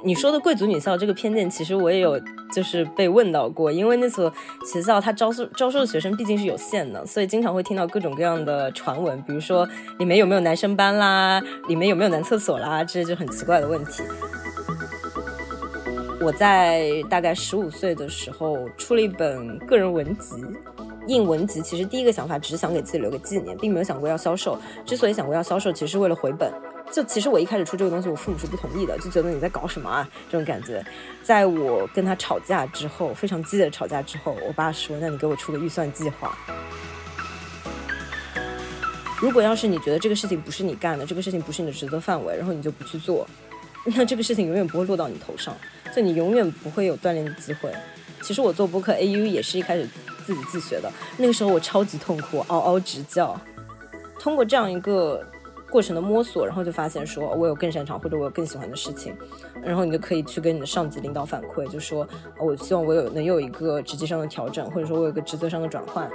你说的贵族女校这个偏见，其实我也有就是被问到过，因为那所学校它招收的学生毕竟是有限的，所以经常会听到各种各样的传闻，比如说里面有没有男生班啦，里面有没有男厕所啦，这些就很奇怪的问题。我在大概15岁的时候出了一本个人文集，印文集其实第一个想法只是想给自己留个纪念，并没有想过要销售。之所以想过要销售，其实是为了回本。就其实我一开始出这个东西，我父母是不同意的，就觉得你在搞什么啊这种感觉。在我跟他吵架之后，非常激烈的吵架之后，我爸说那你给我出个预算计划，如果要是你觉得这个事情不是你干的，这个事情不是你的职责范围，然后你就不去做，那这个事情永远不会落到你头上，就你永远不会有锻炼的机会。其实我做播客 AU 也是一开始自己自学的，那个时候我超级痛苦，嗷嗷直叫。通过这样一个过程的摸索，然后就发现说我有更擅长或者我有更喜欢的事情，然后你就可以去跟你的上级领导反馈，就说我希望我能有一个职级上的调整，或者说我有一个职责上的转换。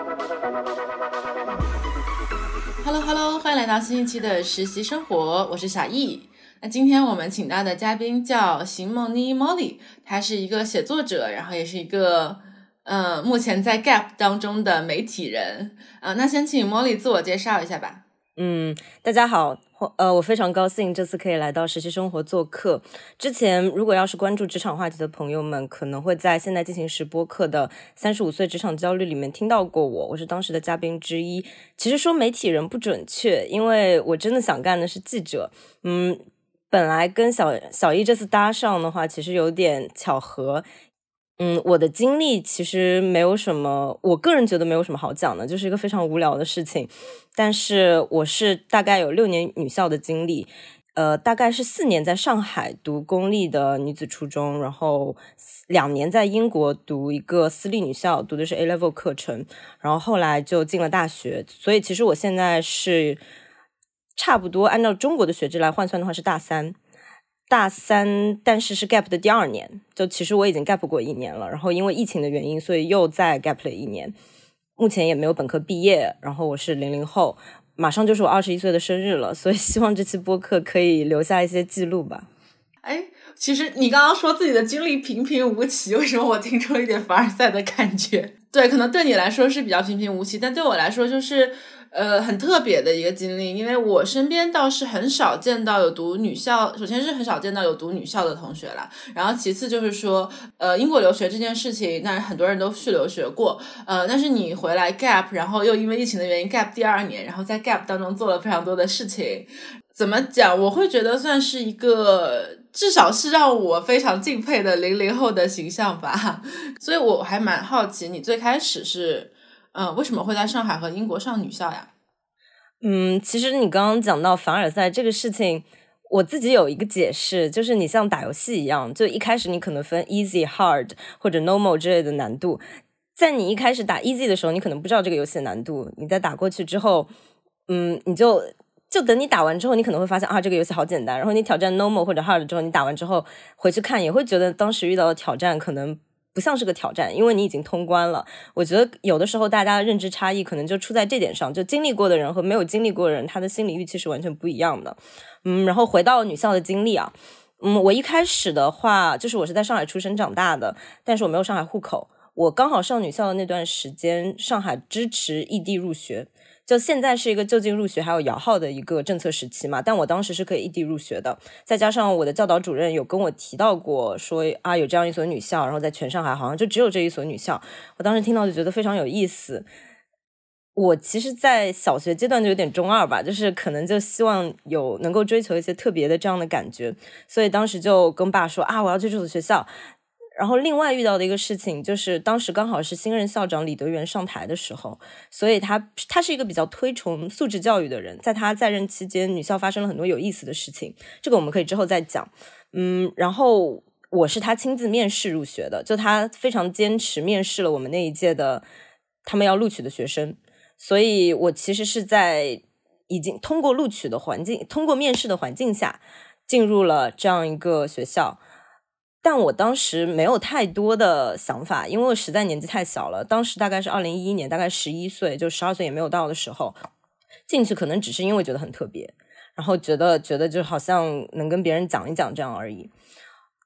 Hello， 欢迎来到新一期的实习生活，我是小易。那今天我们请到的嘉宾叫邢梦妮 Molly， 她是一个写作者，然后也是一个目前在 Gap 当中的媒体人。那先请 Molly 自我介绍一下吧。 大家好，我非常高兴这次可以来到实习生活做客。之前如果要是关注职场话题的朋友们，可能会在现在进行时播客的35岁职场焦虑里面听到过我是当时的嘉宾之一。其实说媒体人不准确，因为我真的想干的是记者。本来跟小易这次搭上的话，其实有点巧合。我的经历其实没有什么，我个人觉得没有什么好讲的，就是一个非常无聊的事情。但是我是大概有6年女校的经历，大概是4年在上海读公立的女子初中，然后2年在英国读一个私立女校，读的是 A-level 课程，然后后来就进了大学。所以其实我现在是差不多按照中国的学制来换算的话是大三，但是 gap 的第2年，就其实我已经 gap 过1年了，然后因为疫情的原因，所以又再 gap 了1年，目前也没有本科毕业，然后我是00后，马上就是我21岁的生日了，所以希望这期播客可以留下一些记录吧。 其实你刚刚说自己的经历平平无奇，为什么我听出了一点凡尔赛的感觉？对，可能对你来说是比较平平无奇，但对我来说就是很特别的一个经历，因为我身边倒是很少见到有读女校，首先是很少见到有读女校的同学啦，然后其次就是说英国留学这件事情，但是很多人都去留学过，但是你回来 gap， 然后又因为疫情的原因 gap 第2年，然后在 gap 当中做了非常多的事情，怎么讲，我会觉得算是一个至少是让我非常敬佩的00后的形象吧。所以我还蛮好奇你最开始是为什么会在上海和英国上女校呀？ 其实你刚刚讲到凡尔赛这个事情，我自己有一个解释，就是你像打游戏一样，就一开始你可能分 easy、hard 或者 normal 之类的难度，在你一开始打 easy 的时候，你可能不知道这个游戏的难度，你在打过去之后，你就等你打完之后，你可能会发现这个游戏好简单，然后你挑战 normal 或者 hard 之后，你打完之后回去看，也会觉得当时遇到的挑战可能不像是个挑战，因为你已经通关了。我觉得有的时候大家的认知差异可能就出在这点上，就经历过的人和没有经历过的人，他的心理预期是完全不一样的。然后回到女校的经历啊，我一开始的话就是我是在上海出生长大的，但是我没有上海户口。我刚好上女校的那段时间，上海支持异地入学，就现在是一个就近入学还有摇号的一个政策时期嘛，但我当时是可以异地入学的，再加上我的教导主任有跟我提到过说有这样一所女校，然后在全上海好像就只有这一所女校，我当时听到就觉得非常有意思。我其实在小学阶段就有点中二吧，就是可能就希望有能够追求一些特别的这样的感觉，所以当时就跟爸说我要去这所学校。然后另外遇到的一个事情就是当时刚好是新任校长李德元上台的时候，所以他是一个比较推崇素质教育的人，在他在任期间女校发生了很多有意思的事情，这个我们可以之后再讲。然后我是他亲自面试入学的，就他非常坚持面试了我们那一届的他们要录取的学生，所以我其实是在已经通过录取的环境，通过面试的环境下进入了这样一个学校。但我当时没有太多的想法，因为我实在年纪太小了，当时大概是2011年，大概11岁，就12岁也没有到的时候进去，可能只是因为觉得很特别，然后觉得就好像能跟别人讲一讲这样而已。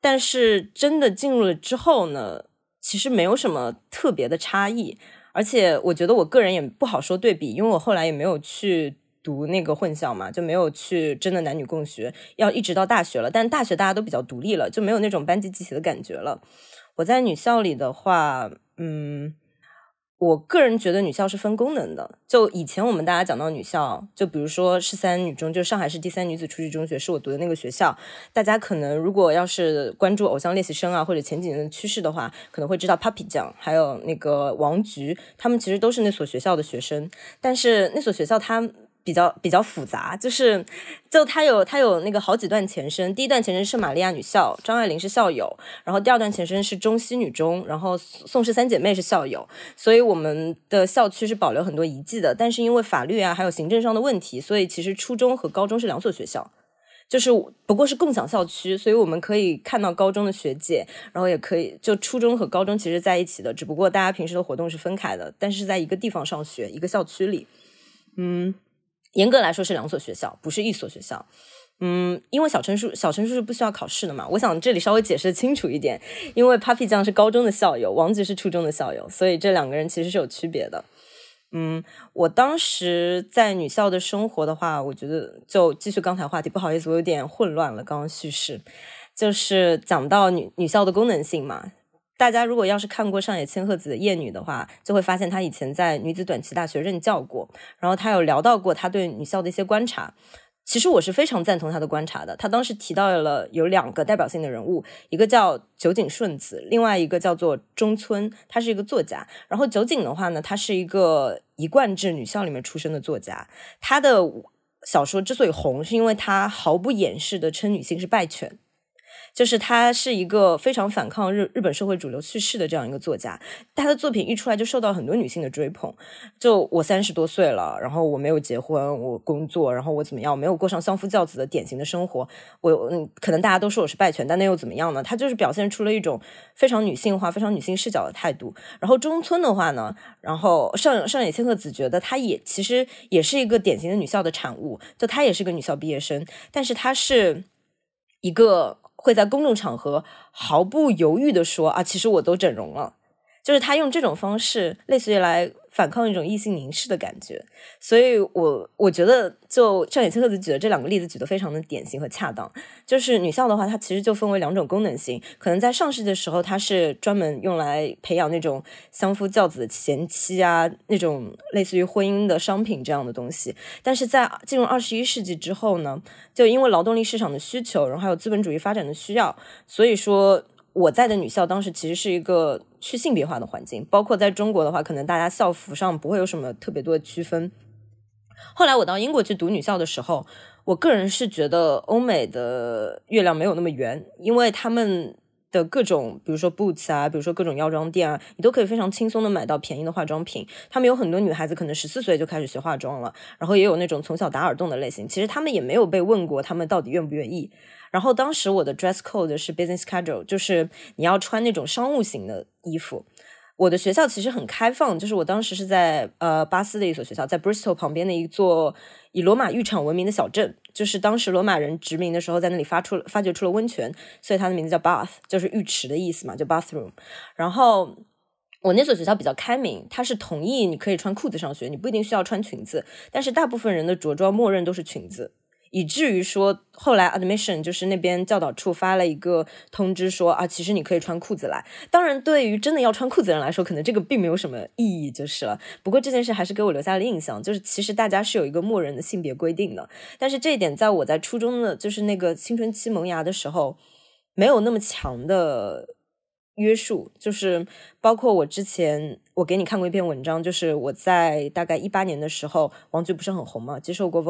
但是真的进入了之后呢，其实没有什么特别的差异，而且我觉得我个人也不好说对比，因为我后来也没有去读那个混校嘛，就没有去真的男女共学，要一直到大学了，但是大学大家都比较独立了，就没有那种班级集体的感觉了。我在女校里的话，我个人觉得女校是分功能的。就以前我们大家讲到女校，就比如说市三女中，就上海市第三女子初级中学是我读的那个学校，大家可能如果要是关注偶像练习生啊或者前几年的趋势的话，可能会知道 Papi 酱还有那个王菊，他们其实都是那所学校的学生。但是那所学校它比较复杂，就它有那个好几段前身。第一段前身是玛利亚女校，张爱玲是校友，然后第二段前身是中西女中，然后宋氏三姐妹是校友，所以我们的校区是保留很多遗迹的。但是因为法律啊还有行政上的问题，所以其实初中和高中是两所学校，就是不过是共享校区，所以我们可以看到高中的学姐，然后也可以就初中和高中其实在一起的，只不过大家平时的活动是分开的，但是在一个地方上学，一个校区里。严格来说是两所学校，不是一所学校。因为小升数是不需要考试的嘛，我想这里稍微解释清楚一点，因为 Papi 酱是高中的校友，王菊是初中的校友，所以这两个人其实是有区别的。我当时在女校的生活的话，我觉得就继续刚才话题，不好意思我有点混乱了，刚刚叙事就是讲到女校的功能性嘛。大家如果要是看过上野千鹤子的《夜女》的话，就会发现她以前在女子短期大学任教过，然后她有聊到过她对女校的一些观察。其实我是非常赞同她的观察的。她当时提到了有两个代表性的人物，一个叫酒井顺子，另外一个叫做中村，他是一个作家。然后酒井的话呢，他是一个一贯制女校里面出身的作家，他的小说之所以红，是因为他毫不掩饰的称女性是败犬，就是他是一个非常反抗日本社会主流叙事的这样一个作家。他的作品一出来就受到很多女性的追捧，就我30多岁了，然后我没有结婚，我工作，然后我怎么样，我没有过上相夫教子的典型的生活，可能大家都说我是败犬，但那又怎么样呢？他就是表现出了一种非常女性化非常女性视角的态度。然后中村的话呢，然后上野千鹤子觉得他也其实也是一个典型的女校的产物，就他也是个女校毕业生，但是他是一个会在公众场合毫不犹豫的说啊，其实我都整容了，就是他用这种方式类似于来反抗一种异性凝视的感觉。所以我觉得就上野千鹤子举的这两个例子举得非常的典型和恰当。就是女校的话，它其实就分为两种功能性，可能在上世纪的时候它是专门用来培养那种相夫教子的贤妻啊，那种类似于婚姻的商品这样的东西。但是在进入21世纪之后呢，就因为劳动力市场的需求，然后还有资本主义发展的需要，所以说我在的女校当时其实是一个去性别化的环境，包括在中国的话，可能大家校服上不会有什么特别多的区分。后来我到英国去读女校的时候，我个人是觉得欧美的月亮没有那么圆，因为他们的各种比如说 Boots 啊，比如说各种药妆店啊，你都可以非常轻松的买到便宜的化妆品。他们有很多女孩子可能14岁就开始学化妆了，然后也有那种从小打耳洞的类型，其实他们也没有被问过他们到底愿不愿意。然后当时我的 dress code 是 business casual， 就是你要穿那种商务型的衣服。我的学校其实很开放，就是我当时是在巴斯的一所学校，在 Bristol 旁边的一座以罗马浴场闻名的小镇，就是当时罗马人殖民的时候在那里发掘出了温泉，所以它的名字叫 bath， 就是浴池的意思嘛，就 bathroom。然后我那所学校比较开明，它是同意你可以穿裤子上学，你不一定需要穿裙子，但是大部分人的着装默认都是裙子，以至于说后来 admission 就是那边教导处发了一个通知说啊，其实你可以穿裤子来。当然对于真的要穿裤子的人来说，可能这个并没有什么意义就是了，不过这件事还是给我留下了印象，就是其实大家是有一个默认的性别规定的。但是这一点在我在初中的就是那个青春期萌芽的时候没有那么强的约束，就是包括我之前我给你看过一篇文章，就是我在大概18年的时候，王菊不是很红嘛，接受过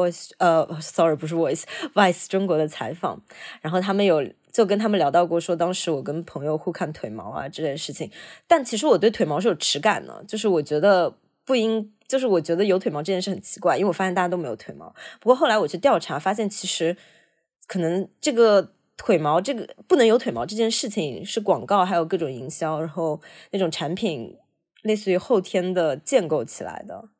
Vice 中国的采访，然后他们就跟他们聊到过说当时我跟朋友互看腿毛啊这件事情。但其实我对腿毛是有耻感的，就是我觉得就是我觉得有腿毛这件事很奇怪，因为我发现大家都没有腿毛。不过后来我去调查发现，其实可能这个腿毛这个不能有腿毛这件事情是广告还有各种营销，然后那种产品类似于后天的建构起来的。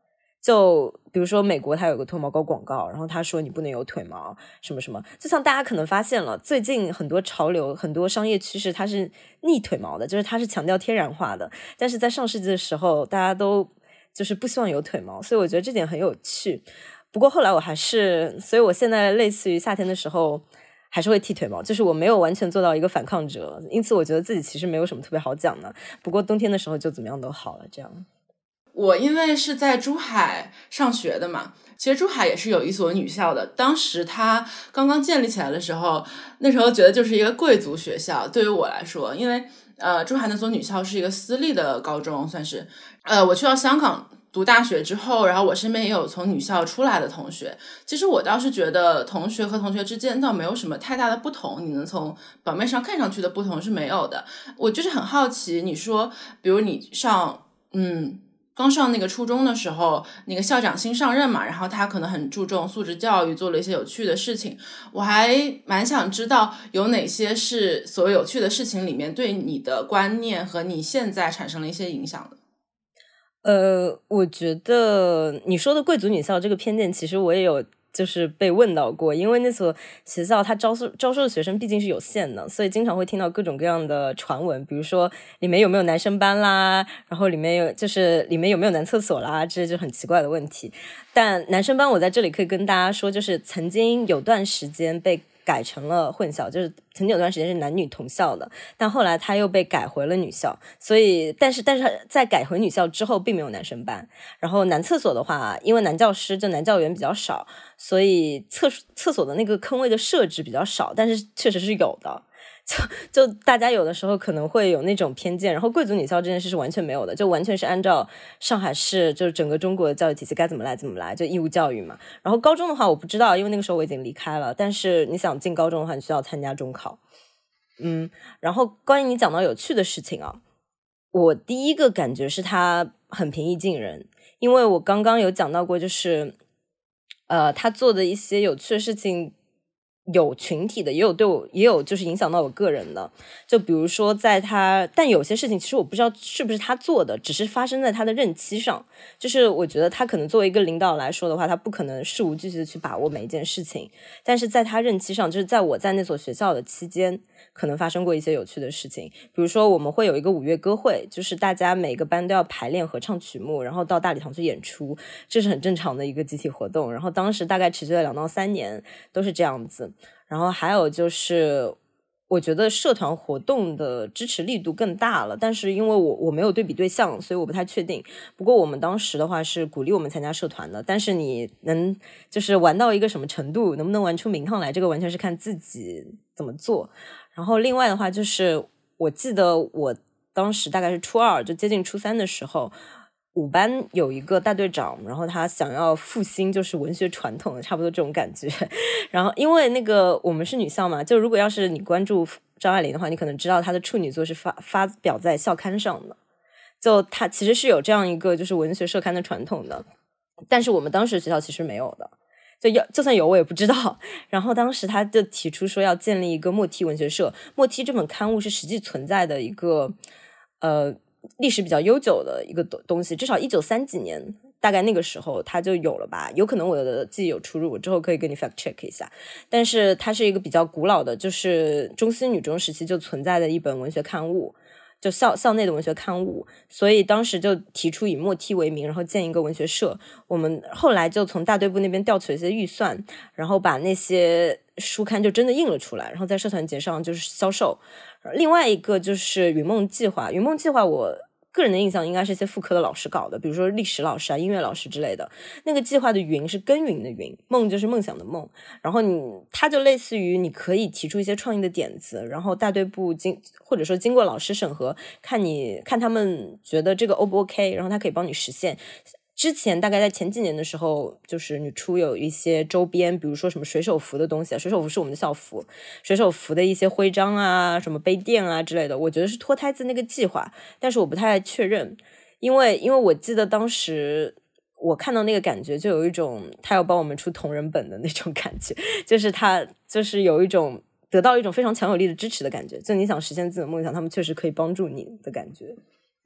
就比如说美国它有个脱毛膏广告，然后他说你不能有腿毛什么什么，就像大家可能发现了最近很多潮流很多商业趋势它是逆腿毛的，就是它是强调天然化的，但是在上世纪的时候大家都就是不希望有腿毛，所以我觉得这点很有趣。不过后来我还是，所以我现在类似于夏天的时候还是会剃腿毛，就是我没有完全做到一个反抗者，因此我觉得自己其实没有什么特别好讲的，不过冬天的时候就怎么样都好了这样。 我因为是在珠海上学的嘛，其实珠海也是有一所女校的，当时它刚刚建立起来的时候，那时候觉得就是一个贵族学校，对于我来说，因为珠海那所女校是一个私立的高中，算是我去到香港读大学之后，然后我身边也有从女校出来的同学，其实我倒是觉得同学和同学之间倒没有什么太大的不同，你能从表面上看上去的不同是没有的。我就是很好奇，你说比如你刚上那个初中的时候，那个校长新上任嘛，然后他可能很注重素质教育，做了一些有趣的事情。我还蛮想知道有哪些是所有有趣的事情里面对你的观念和你现在产生了一些影响的。 我觉得你说的贵族女校这个偏见，其实我也有就是被问到过，因为那所学校它招收的学生毕竟是有限的，所以经常会听到各种各样的传闻，比如说里面有没有男生班啦，然后里面有没有男厕所啦，这就很奇怪的问题。但男生班我在这里可以跟大家说，就是曾经有段时间被改成了混校，就是曾经有段时间是男女同校的，但后来他又被改回了女校，所以但是在改回女校之后并没有男生班。然后男厕所的话，因为男教师就男教员比较少，所以厕所的那个坑位的设置比较少，但是确实是有的。就大家有的时候可能会有那种偏见，然后贵族女校这件事是完全没有的，就完全是按照上海市就是整个中国的教育体系该怎么来怎么来，就义务教育嘛。然后高中的话我不知道，因为那个时候我已经离开了，但是你想进高中的话你需要参加中考。然后关于你讲到有趣的事情啊，我第一个感觉是它很平易近人，因为我刚刚有讲到过，就是他做的一些有趣的事情有群体的，也有就是影响到我个人的。就比如说但有些事情其实我不知道是不是他做的，只是发生在他的任期上。就是我觉得他可能作为一个领导来说的话，他不可能事无巨细的去把握每一件事情，但是在他任期上，就是在我在那所学校的期间，可能发生过一些有趣的事情。比如说我们会有一个5月歌会，就是大家每个班都要排练合唱曲目，然后到大礼堂去演出，这是很正常的一个集体活动。然后当时大概持续了2到3年都是这样子。然后还有就是我觉得社团活动的支持力度更大了，但是因为我没有对比对象，所以我不太确定。不过我们当时的话是鼓励我们参加社团的，但是你能就是玩到一个什么程度，能不能玩出名堂来，这个完全是看自己怎么做。然后另外的话就是我记得我当时大概是初2就接近初3的时候，5班有一个大队长，然后他想要复兴就是文学传统的差不多这种感觉。然后因为那个我们是女校嘛，就如果要是你关注张爱玲的话，你可能知道她的处女作是发表在校刊上的，就她其实是有这样一个就是文学社刊的传统的，但是我们当时学校其实没有的，就算有我也不知道。然后当时他就提出说要建立一个墨梯文学社，墨梯这本刊物是实际存在的一个历史比较悠久的一个东西，至少1930几年大概那个时候它就有了吧，有可能我的记忆有出入，我之后可以给你 fact check 一下。但是它是一个比较古老的，就是中西女中时期就存在的一本文学刊物，就校内的文学刊物，所以当时就提出以墨梯为名，然后建一个文学社。我们后来就从大队部那边调取了一些预算，然后把那些书刊就真的印了出来，然后在社团节上就是销售。另外一个就是云梦计划，云梦计划我个人的印象应该是一些副科的老师搞的，比如说历史老师啊、音乐老师之类的。那个计划的云是耕耘的云，梦就是梦想的梦。然后它就类似于你可以提出一些创意的点子，然后大队部或者说经过老师审核，看他们觉得这个 O 不 OK， 然后他可以帮你实现。之前大概在前几年的时候，就是女出有一些周边，比如说什么水手服的东西啊，水手服是我们的校服，水手服的一些徽章啊、什么杯垫啊之类的，我觉得是脱胎自那个计划，但是我不太确认，因为我记得当时我看到那个感觉，就有一种他要帮我们出同人本的那种感觉，就是他就是有一种得到一种非常强有力的支持的感觉，就你想实现自己的梦想，他们确实可以帮助你的感觉。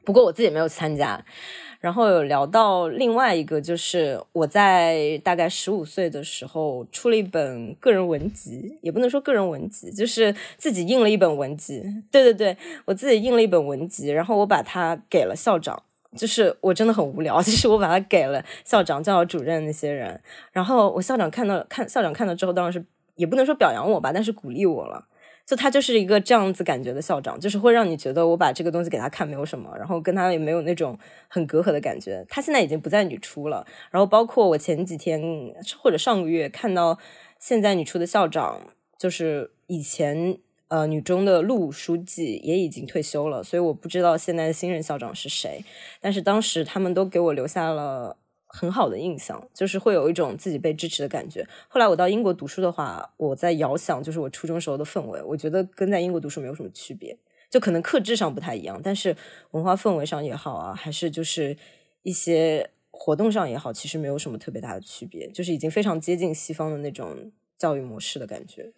不过我自己也没有参加。然后有聊到另外一个，就是我在大概15岁的时候出了一本个人文集，也不能说个人文集，就是自己印了一本文集。对对对，我自己印了一本文集，然后我把它给了校长。就是我真的很无聊，就是我把它给了校长、教导主任那些人，然后我校长看到之后，当然是也不能说表扬我吧，但是鼓励我了。就他就是一个这样子感觉的校长，就是会让你觉得我把这个东西给他看没有什么，然后跟他也没有那种很隔阂的感觉。他现在已经不在女出了，然后包括我前几天或者上个月看到现在女出的校长，就是以前女中的陆书记也已经退休了，所以我不知道现在的新任校长是谁，但是当时他们都给我留下了很好的印象，就是会有一种自己被支持的感觉。后来我到英国读书的话，我在遥想就是我初中时候的氛围，我觉得跟在英国读书没有什么区别，就可能课制上不太一样，但是文化氛围上也好啊，还是就是一些活动上也好，其实没有什么特别大的区别，就是已经非常接近西方的那种教育模式的感觉。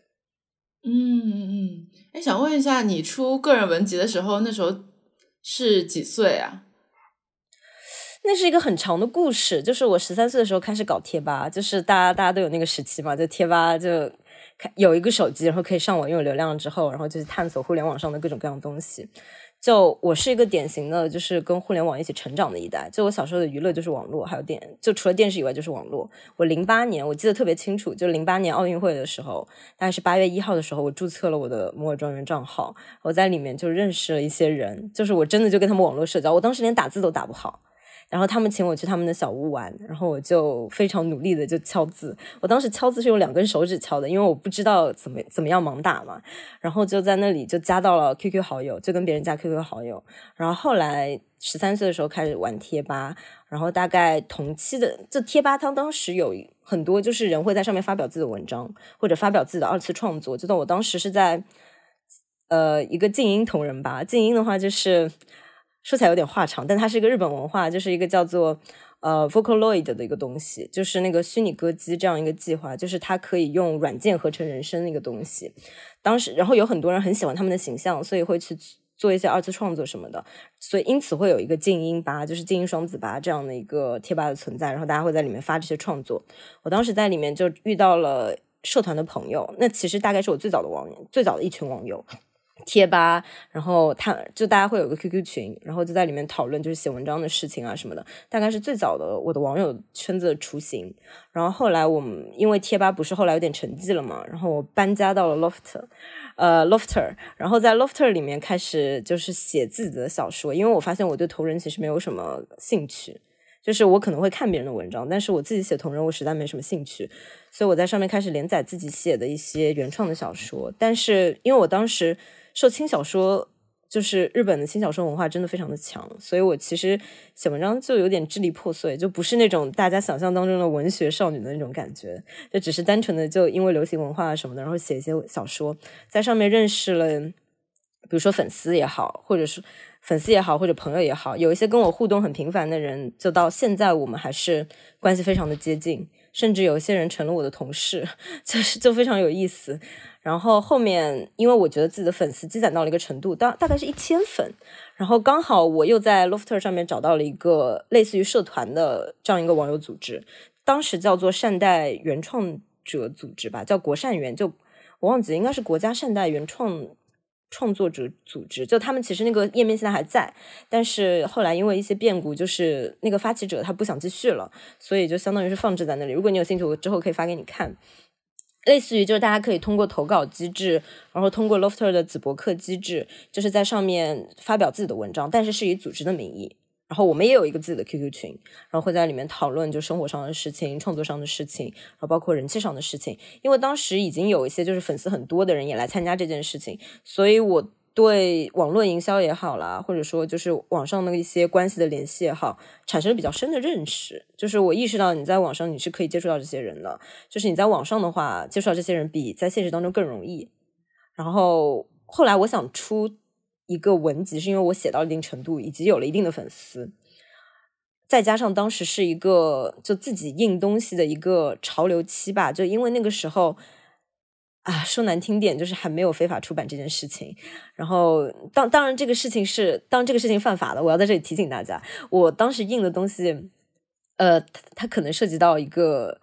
想问一下，你出个人文集的时候，那时候是几岁啊？ 那是一个很长的故事，就是我13岁的时候开始搞贴吧，就是大家都有那个时期嘛，就贴吧就有一个手机，然后可以上网，拥有流量之后，然后就是探索互联网上的各种各样的东西。就我是一个典型的就是跟互联网一起成长的一代，就我小时候的娱乐就是网络，还有就除了电视以外就是网络。我08年我记得特别清楚，就08年奥运会的时候，大概是8月1号的时候，我注册了我的摩尔庄园账号，我在里面就认识了一些人，就是我真的就跟他们网络社交，我当时连打字都打不好，然后他们请我去他们的小屋玩，然后我就非常努力的就敲字，我当时敲字是用2根手指敲的，因为我不知道怎么样盲打嘛，然后就在那里就加到了 QQ 好友，就跟别人加 QQ 好友，然后后来13岁的时候开始玩贴吧，然后大概同期的这贴吧它当时有很多就是人会在上面发表自己的文章或者发表自己的2次创作，就到我当时是在一个静音同人吧，静音的话就是说起来有点话长，但它是一个日本文化，就是一个叫做Vocaloid 的一个东西，就是那个虚拟歌姬这样一个计划，就是它可以用软件合成人声的一个东西。当时然后有很多人很喜欢他们的形象，所以会去做一些2次创作什么的，所以因此会有一个静音吧，就是静音双子吧这样的一个贴吧的存在，然后大家会在里面发这些创作。我当时在里面就遇到了社团的朋友，那其实大概是我最早的一群网友。贴吧，然后大家会有个 QQ 群，然后就在里面讨论就是写文章的事情啊什么的，大概是最早的我的网友圈子的雏形。然后后来我们因为贴吧不是后来有点沉寂了嘛，然后我搬家到了 Lofter，然后在 Lofter 里面开始就是写自己的小说，因为我发现我对同人其实没有什么兴趣，就是我可能会看别人的文章，但是我自己写同人我实在没什么兴趣，所以我在上面开始连载自己写的一些原创的小说。但是因为我当时受轻小说，就是日本的轻小说文化真的非常的强，所以我其实写文章就有点支离破碎，就不是那种大家想象当中的文学少女的那种感觉，就只是单纯的就因为流行文化什么的，然后写一些小说，在上面认识了比如说粉丝也好，或者朋友也好，有一些跟我互动很频繁的人，就到现在我们还是关系非常的接近，甚至有一些人成了我的同事，就非常有意思。然后后面因为我觉得自己的粉丝积攒到了一个程度，大概是1000粉，然后刚好我又在 Lofter 上面找到了一个类似于社团的这样一个网友组织，当时叫做善待原创者组织吧，叫国善原，就我忘记应该是国家善待原创作者组织，就他们其实那个页面现在还在，但是后来因为一些变故，就是那个发起者他不想继续了，所以就相当于是放置在那里。如果你有兴趣，我之后可以发给你看。类似于就是大家可以通过投稿机制，然后通过 Lofter 的子博客机制，就是在上面发表自己的文章，但是以组织的名义。然后我们也有一个自己的 QQ 群，然后会在里面讨论就生活上的事情、创作上的事情，然后包括人气上的事情。因为当时已经有一些就是粉丝很多的人也来参加这件事情，所以我对网络营销也好啦，或者说就是网上的一些关系的联系也好，产生了比较深的认识。就是我意识到你在网上你是可以接触到这些人的，就是你在网上的话接触到这些人比在现实当中更容易。然后后来我想出一个文集，是因为我写到一定程度以及有了一定的粉丝，再加上当时是一个就自己印东西的一个潮流期吧，就因为那个时候说难听点就是还没有非法出版这件事情。然后当然这个事情犯法了，我要在这里提醒大家，我当时印的东西它可能涉及到一个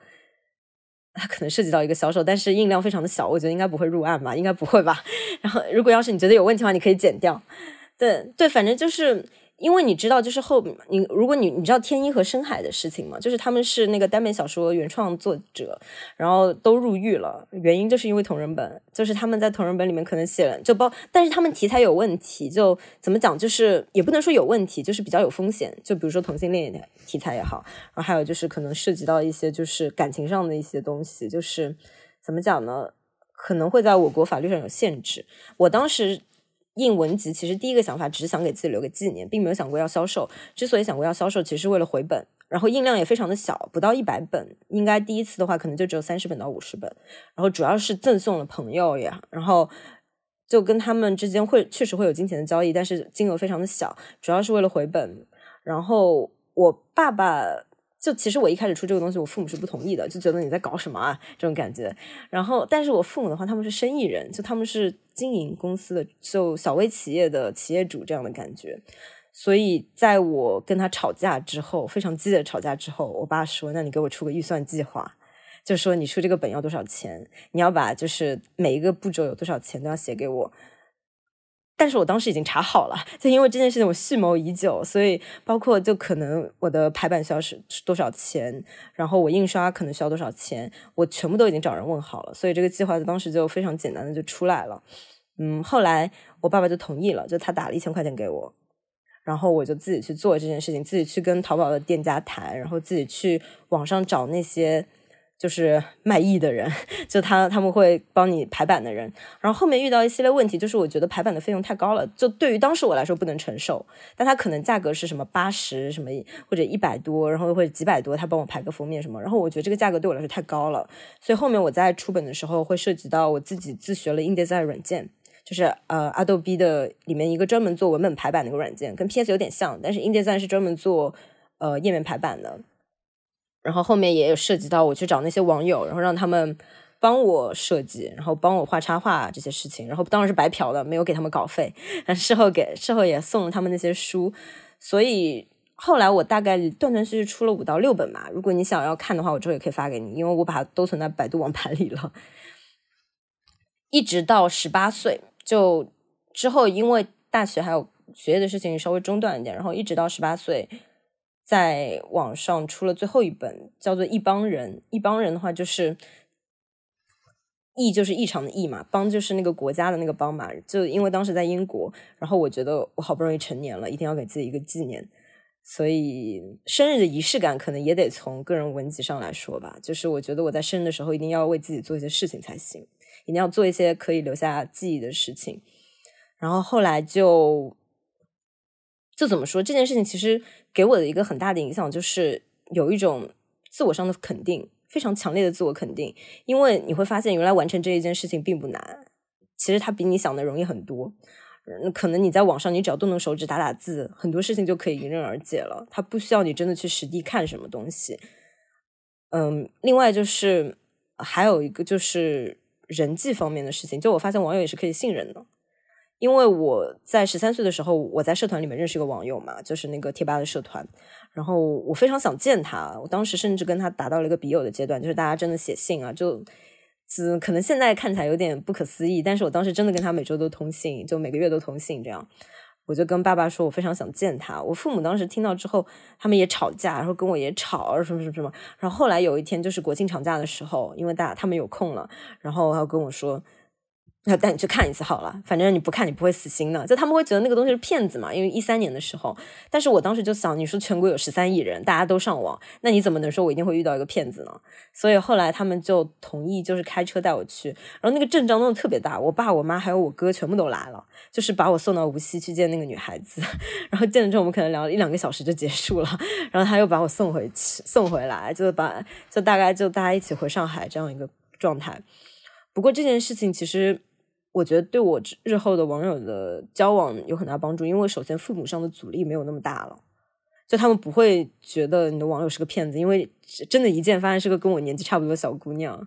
销售，但是印量非常的小，我觉得应该不会入案吧，应该不会吧。然后如果要是你觉得有问题的话，你可以剪掉。对，反正就是因为你知道，就是如果你知道天一和深海的事情嘛，就是他们是那个耽美小说原创作者，然后都入狱了，原因就是因为同人本，就是他们在同人本里面可能写了但是他们题材有问题，就怎么讲，就是也不能说有问题，就是比较有风险，就比如说同性恋题材也好，然后还有就是可能涉及到一些就是感情上的一些东西，就是怎么讲呢，可能会在我国法律上有限制。我当时印文集其实第一个想法只是想给自己留个纪念，并没有想过要销售。之所以想过要销售，其实是为了回本，然后印量也非常的小，不到100本，应该第一次的话可能就只有30本到50本，然后主要是赠送了朋友呀，然后就跟他们之间确实会有金钱的交易，但是金额非常的小，主要是为了回本。然后我爸爸就其实我一开始出这个东西，我父母是不同意的，就觉得你在搞什么啊这种感觉。然后但是我父母的话，他们是生意人，就他们是经营公司的，就小微企业的企业主这样的感觉。所以在我跟他吵架之后，非常激烈的吵架之后，我爸说那你给我出个预算计划，就说你出这个本要多少钱，你要把就是每一个步骤有多少钱都要写给我。但是我当时已经查好了，就因为这件事情我蓄谋已久，所以包括就可能我的排版需要是多少钱，然后我印刷可能需要多少钱，我全部都已经找人问好了，所以这个计划当时就非常简单的就出来了。后来我爸爸就同意了，就他打了1000块钱给我，然后我就自己去做这件事情，自己去跟淘宝的店家谈，然后自己去网上找那些就是卖艺的人，就他们会帮你排版的人。然后后面遇到一系列问题，就是我觉得排版的费用太高了，就对于当时我来说不能承受，但他可能价格是什么80什么或者100多，然后或者几百多，他帮我排个封面什么，然后我觉得这个价格对我来说太高了，所以后面我在出本的时候会涉及到我自己自学了 InDesign 软件，就是Adobe 的里面一个专门做文本排版的一个软件，跟 PS 有点像，但是 InDesign 是专门做页面排版的。然后后面也有涉及到我去找那些网友，然后让他们帮我设计，然后帮我画插画这些事情，然后当然是白嫖的，没有给他们稿费，但事后也送了他们那些书。所以后来我大概断断续续出了5到6本吧，如果你想要看的话，我之后也可以发给你，因为我把它都存在百度网盘里了。一直到18岁，就之后因为大学还有学业的事情稍微中断一点，然后一直到18岁在网上出了最后一本，叫做《一帮人》。一帮人的话就是异就是异常的异嘛，帮就是那个国家的那个帮嘛，就因为当时在英国，然后我觉得我好不容易成年了，一定要给自己一个纪念，所以生日的仪式感可能也得从个人文集上来说吧，就是我觉得我在生日的时候一定要为自己做一些事情才行，一定要做一些可以留下记忆的事情。然后后来就怎么说，这件事情其实给我的一个很大的影响就是有一种自我上的肯定，非常强烈的自我肯定，因为你会发现原来完成这一件事情并不难，其实它比你想的容易很多。可能你在网上你只要动动手指打打字，很多事情就可以迎刃而解了，它不需要你真的去实地看什么东西。另外就是还有一个就是人际方面的事情，就我发现网友也是可以信任的。因为我在13岁的时候，我在社团里面认识一个网友嘛，就是那个贴吧的社团，然后我非常想见他，我当时甚至跟他达到了一个笔友的阶段，就是大家真的写信啊，就可能现在看起来有点不可思议，但是我当时真的跟他每周都通信，就每个月都通信这样。我就跟爸爸说我非常想见他，我父母当时听到之后他们也吵架，然后跟我也吵什么什么什么，然后后来有一天就是国庆长假的时候，因为他们有空了，然后他跟我说要带你去看一次好了，反正你不看你不会死心的，就他们会觉得那个东西是骗子嘛，因为13年的时候，但是我当时就想，你说全国有13亿人大家都上网，那你怎么能说我一定会遇到一个骗子呢？所以后来他们就同意就是开车带我去，然后那个阵仗弄得特别大，我爸我妈还有我哥全部都来了，就是把我送到无锡去见那个女孩子，然后见了之后我们可能聊了1-2个小时就结束了，然后他又把我送回来，就大概就大家一起回上海这样一个状态。不过这件事情其实我觉得对我日后的网友的交往有很大帮助，因为首先父母上的阻力没有那么大了，就他们不会觉得你的网友是个骗子，因为真的一见发现是个跟我年纪差不多的小姑娘，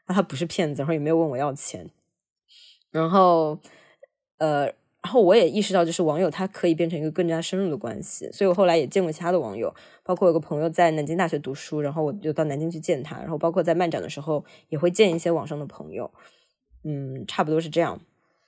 他不是骗子，然后也没有问我要钱。然后我也意识到，就是网友他可以变成一个更加深入的关系，所以我后来也见过其他的网友，包括有个朋友在南京大学读书，然后我就到南京去见他，然后包括在漫展的时候也会见一些网上的朋友，差不多是这样。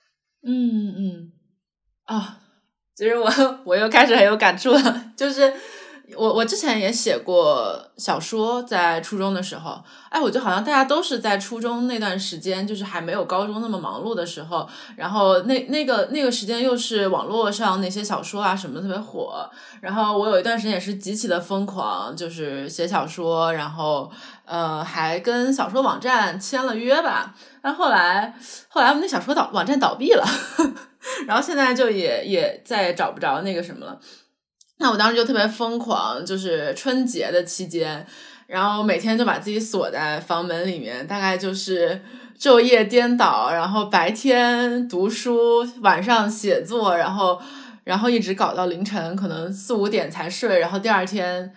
其实我又开始很有感触了，就是我之前也写过小说，在初中的时候，我觉得好像大家都是在初中那段时间，就是还没有高中那么忙碌的时候，然后那个时间又是网络上那些小说啊什么特别火，然后我有一段时间也是极其的疯狂，就是写小说，然后还跟小说网站签了约吧，但后来我们那小说网站倒闭了然后现在就也再也找不着那个什么了。那我当时就特别疯狂，就是春节的期间，然后每天就把自己锁在房门里面，大概就是昼夜颠倒，然后白天读书，晚上写作，然后一直搞到凌晨，可能4、5点才睡，然后第二天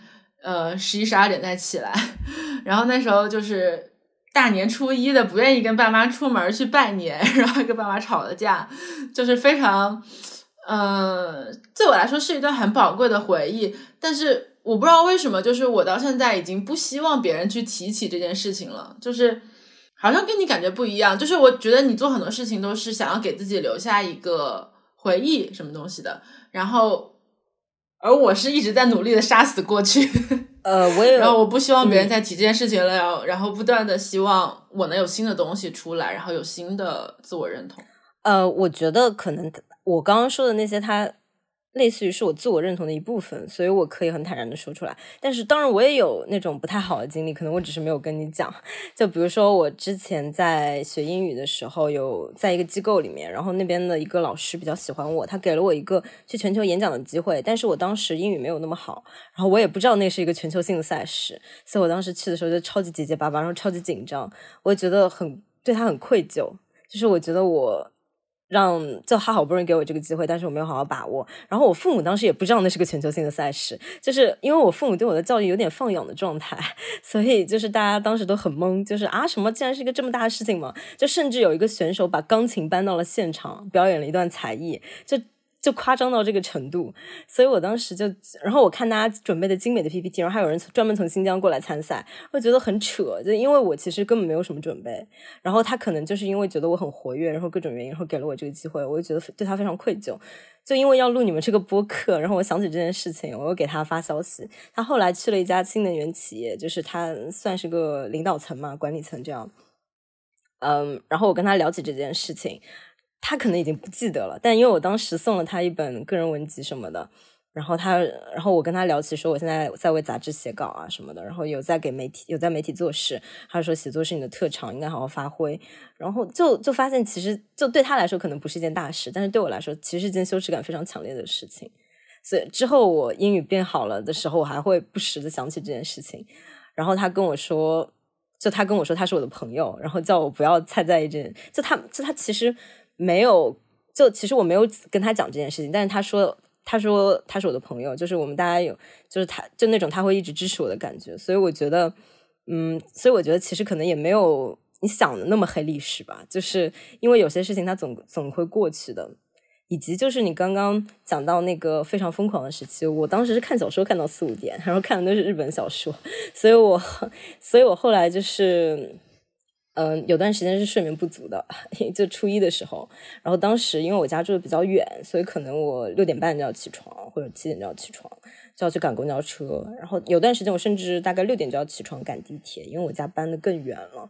11、12点再起来。然后那时候就是大年初一的不愿意跟爸妈出门去拜年，然后跟爸妈吵了架，就是非常对我来说是一段很宝贵的回忆，但是我不知道为什么，就是我到现在已经不希望别人去提起这件事情了，就是好像跟你感觉不一样，就是我觉得你做很多事情都是想要给自己留下一个回忆什么东西的，而我是一直在努力的杀死过去然后我不希望别人再提这件事情了，然后不断的希望我能有新的东西出来，然后有新的自我认同。 我觉得可能我刚刚说的那些，它类似于是我自我认同的一部分，所以我可以很坦然的说出来。但是当然我也有那种不太好的经历，可能我只是没有跟你讲。就比如说我之前在学英语的时候，有在一个机构里面，然后那边的一个老师比较喜欢我，他给了我一个去全球演讲的机会，但是我当时英语没有那么好，然后我也不知道那是一个全球性的赛事，所以我当时去的时候就超级结结巴巴，然后超级紧张，我觉得对他很愧疚，就是我觉得就他好不容易给我这个机会，但是我没有好好把握。然后我父母当时也不知道那是个全球性的赛事，就是因为我父母对我的教育有点放养的状态，所以就是大家当时都很懵，就是什么竟然是一个这么大的事情吗？就甚至有一个选手把钢琴搬到了现场，表演了一段才艺，就夸张到这个程度，所以我当时然后我看大家准备的精美的 PPT， 然后还有人专门从新疆过来参赛，我觉得很扯，就因为我其实根本没有什么准备，然后他可能就是因为觉得我很活跃，然后各种原因，然后给了我这个机会，我就觉得对他非常愧疚。就因为要录你们这个播客，然后我想起这件事情，我又给他发消息，他后来去了一家新能源企业，就是他算是个领导层嘛，管理层这样。然后我跟他聊起这件事情，他可能已经不记得了，但因为我当时送了他一本个人文集什么的，然后我跟他聊起说我现在在为杂志写稿啊什么的，然后有在媒体做事，他说写作是你的特长，应该好好发挥，然后就发现其实就对他来说可能不是一件大事，但是对我来说其实是一件羞耻感非常强烈的事情，所以之后我英语变好了的时候，我还会不时的想起这件事情，然后他跟我说他是我的朋友，然后叫我不要太在意这件，就他其实没有，就其实我没有跟他讲这件事情，但是他说他是我的朋友，就是我们大家就是他就那种他会一直支持我的感觉，所以我觉得其实可能也没有你想的那么黑历史吧，就是因为有些事情它总会过去的。以及就是你刚刚讲到那个非常疯狂的时期，我当时是看小说看到4、5点，然后看的都是日本小说，所以我后来就是有段时间是睡眠不足的，就初一的时候，然后当时因为我家住的比较远，所以可能我6点半就要起床，或者7点就要起床，就要去赶公交车，然后有段时间我甚至大概6点就要起床赶地铁，因为我家搬得更远了，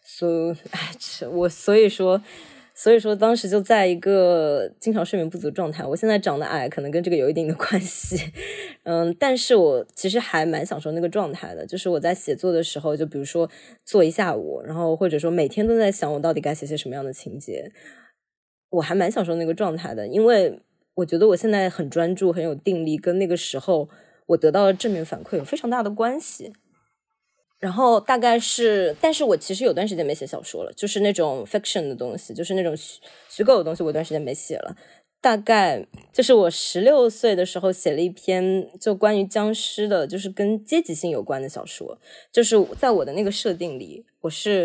所以说当时就在一个经常睡眠不足状态，我现在长得矮可能跟这个有一定的关系，但是我其实还蛮享受那个状态的，就是我在写作的时候，就比如说做一下午，然后或者说每天都在想我到底该写些什么样的情节，我还蛮享受那个状态的，因为我觉得我现在很专注很有定力，跟那个时候我得到的正面反馈有非常大的关系。然后但是我其实有段时间没写小说了，就是那种 fiction 的东西，就是那种虚构的东西，我有段时间没写了。大概就是我16岁的时候写了一篇就关于僵尸的，就是跟阶级性有关的小说，就是在我的那个设定里，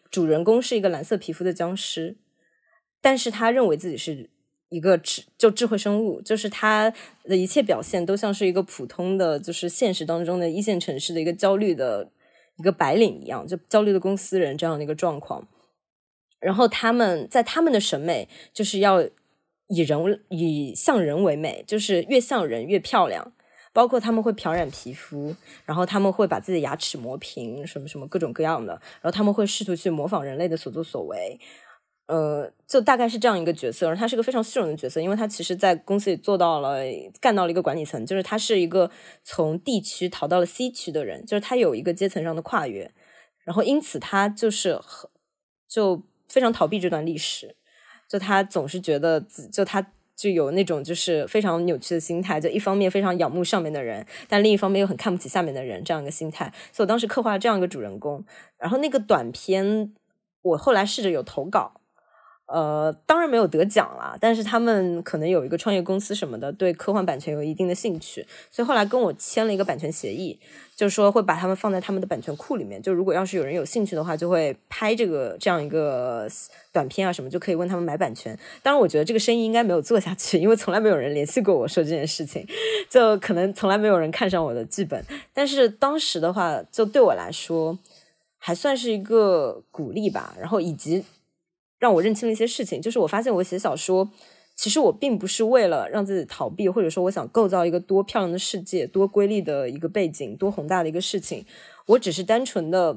主人公是一个蓝色皮肤的僵尸，但是他认为自己是一个智慧生物，就是他的一切表现都像是一个普通的就是现实当中的一线城市的一个焦虑的一个白领一样，就焦虑的公司人这样的一个状况。然后他们在他们的审美就是要以像人为美，就是越像人越漂亮，包括他们会漂染皮肤，然后他们会把自己的牙齿磨平，什么什么各种各样的，然后他们会试图去模仿人类的所作所为，就大概是这样一个角色。而他是个非常虚荣的角色，因为他其实在公司里干到了一个管理层，就是他是一个从 D 区逃到了 C 区的人，就是他有一个阶层上的跨越，然后因此他就非常逃避这段历史，就他总是觉得他就有那种就是非常扭曲的心态，就一方面非常仰慕上面的人，但另一方面又很看不起下面的人，这样一个心态。所以我当时刻画了这样一个主人公。然后那个短片我后来试着有投稿，当然没有得奖啦，但是他们可能有一个创业公司什么的对科幻版权有一定的兴趣，所以后来跟我签了一个版权协议，就是说会把他们放在他们的版权库里面，就如果要是有人有兴趣的话，就会拍这样一个短片啊什么，就可以问他们买版权。当然我觉得这个生意应该没有做下去，因为从来没有人联系过我说这件事情，就可能从来没有人看上我的剧本。但是当时的话就对我来说还算是一个鼓励吧，然后以及让我认清了一些事情，就是我发现我写小说其实我并不是为了让自己逃避，或者说我想构造一个多漂亮的世界，多瑰丽的一个背景，多宏大的一个事情，我只是单纯的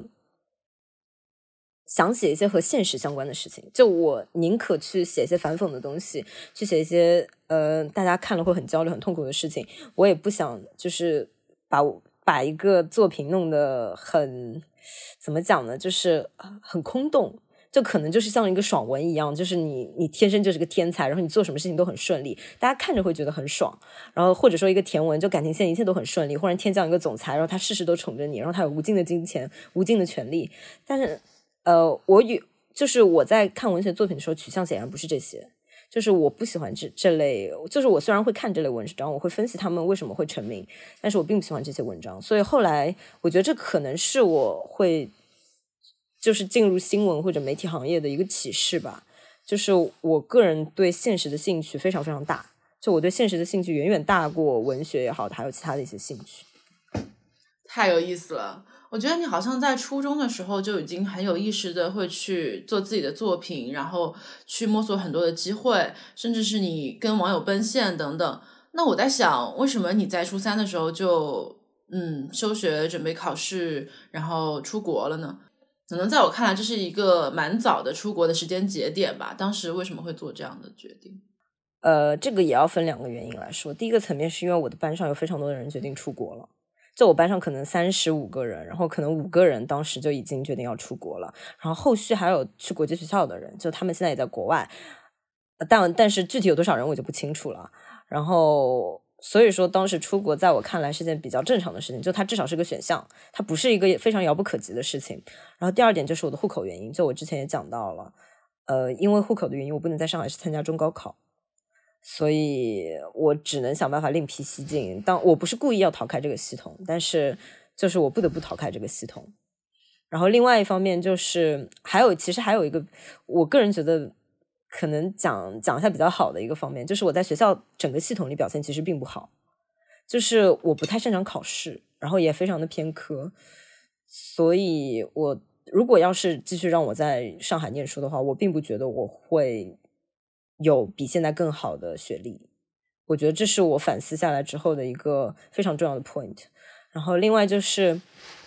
想写一些和现实相关的事情，就我宁可去写一些反讽的东西，去写一些大家看了会很焦虑很痛苦的事情，我也不想就是把一个作品弄得很怎么讲呢，就是很空洞，就可能就是像一个爽文一样，就是你天生就是个天才，然后你做什么事情都很顺利，大家看着会觉得很爽。然后或者说一个甜文，就感情线一切都很顺利，忽然天降一个总裁，然后他事事都宠着你，然后他有无尽的金钱无尽的权利。但是就是我在看文学作品的时候取向显然不是这些，就是我不喜欢这类，就是我虽然会看这类文章，我会分析他们为什么会成名，但是我并不喜欢这些文章。所以后来我觉得这可能是我会就是进入新闻或者媒体行业的一个启示吧，就是我个人对现实的兴趣非常非常大，就我对现实的兴趣远远大过文学也好，还有其他的一些兴趣。 太有意思了，我觉得你好像在初中的时候就已经很有意识的会去做自己的作品，然后去摸索很多的机会，甚至是你跟网友奔现等等。那我在想，为什么你在初三的时候就休学准备考试，然后出国了呢？可能在我看来这是一个蛮早的出国的时间节点吧，当时为什么会做这样的决定？ 这个也要分两个原因来说。第一个层面是因为我的班上有非常多的人决定出国了，就我班上可能35个人，然后可能5个人当时就已经决定要出国了，然后后续还有去国际学校的人，就他们现在也在国外，但是具体有多少人我就不清楚了。然后所以说当时出国在我看来是件比较正常的事情，就它至少是个选项，它不是一个非常遥不可及的事情。然后第二点就是我的户口原因，就我之前也讲到了，因为户口的原因我不能在上海市参加中高考，所以我只能想办法另辟蹊径。我不是故意要逃开这个系统，但是我不得不逃开这个系统。然后另外一方面就是其实还有一个我个人觉得可能讲一下比较好的一个方面，就是我在学校整个系统里表现其实并不好，就是我不太擅长考试，然后也非常的偏科，所以我如果要是继续让我在上海念书的话，我并不觉得我会有比现在更好的学历。我觉得这是我反思下来之后的一个非常重要的 point。然后另外就是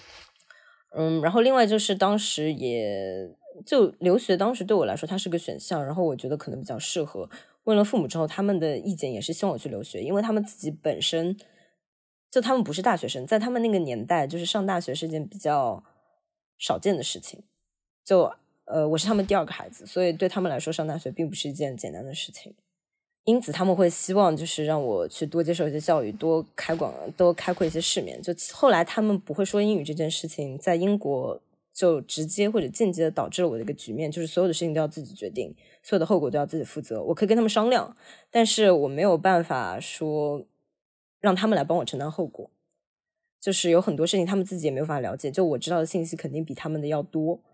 当时也就留学当时对我来说它是个选项，然后我觉得可能比较适合。问了父母之后，他们的意见也是希望我去留学，因为他们自己本身就他们不是大学生，在他们那个年代就是上大学是件比较少见的事情，就我是他们第2个孩子，所以对他们来说上大学并不是一件简单的事情，因此他们会希望就是让我去多接受一些教育，多开阔一些世面。就后来他们不会说英语这件事情在英国就直接或者间接的导致了我的一个局面，就是所有的事情都要自己决定，所有的后果都要自己负责。我可以跟他们商量，但是我没有办法说让他们来帮我承担后果，就是有很多事情他们自己也没有办法了解，就我知道的信息肯定比他们的要多，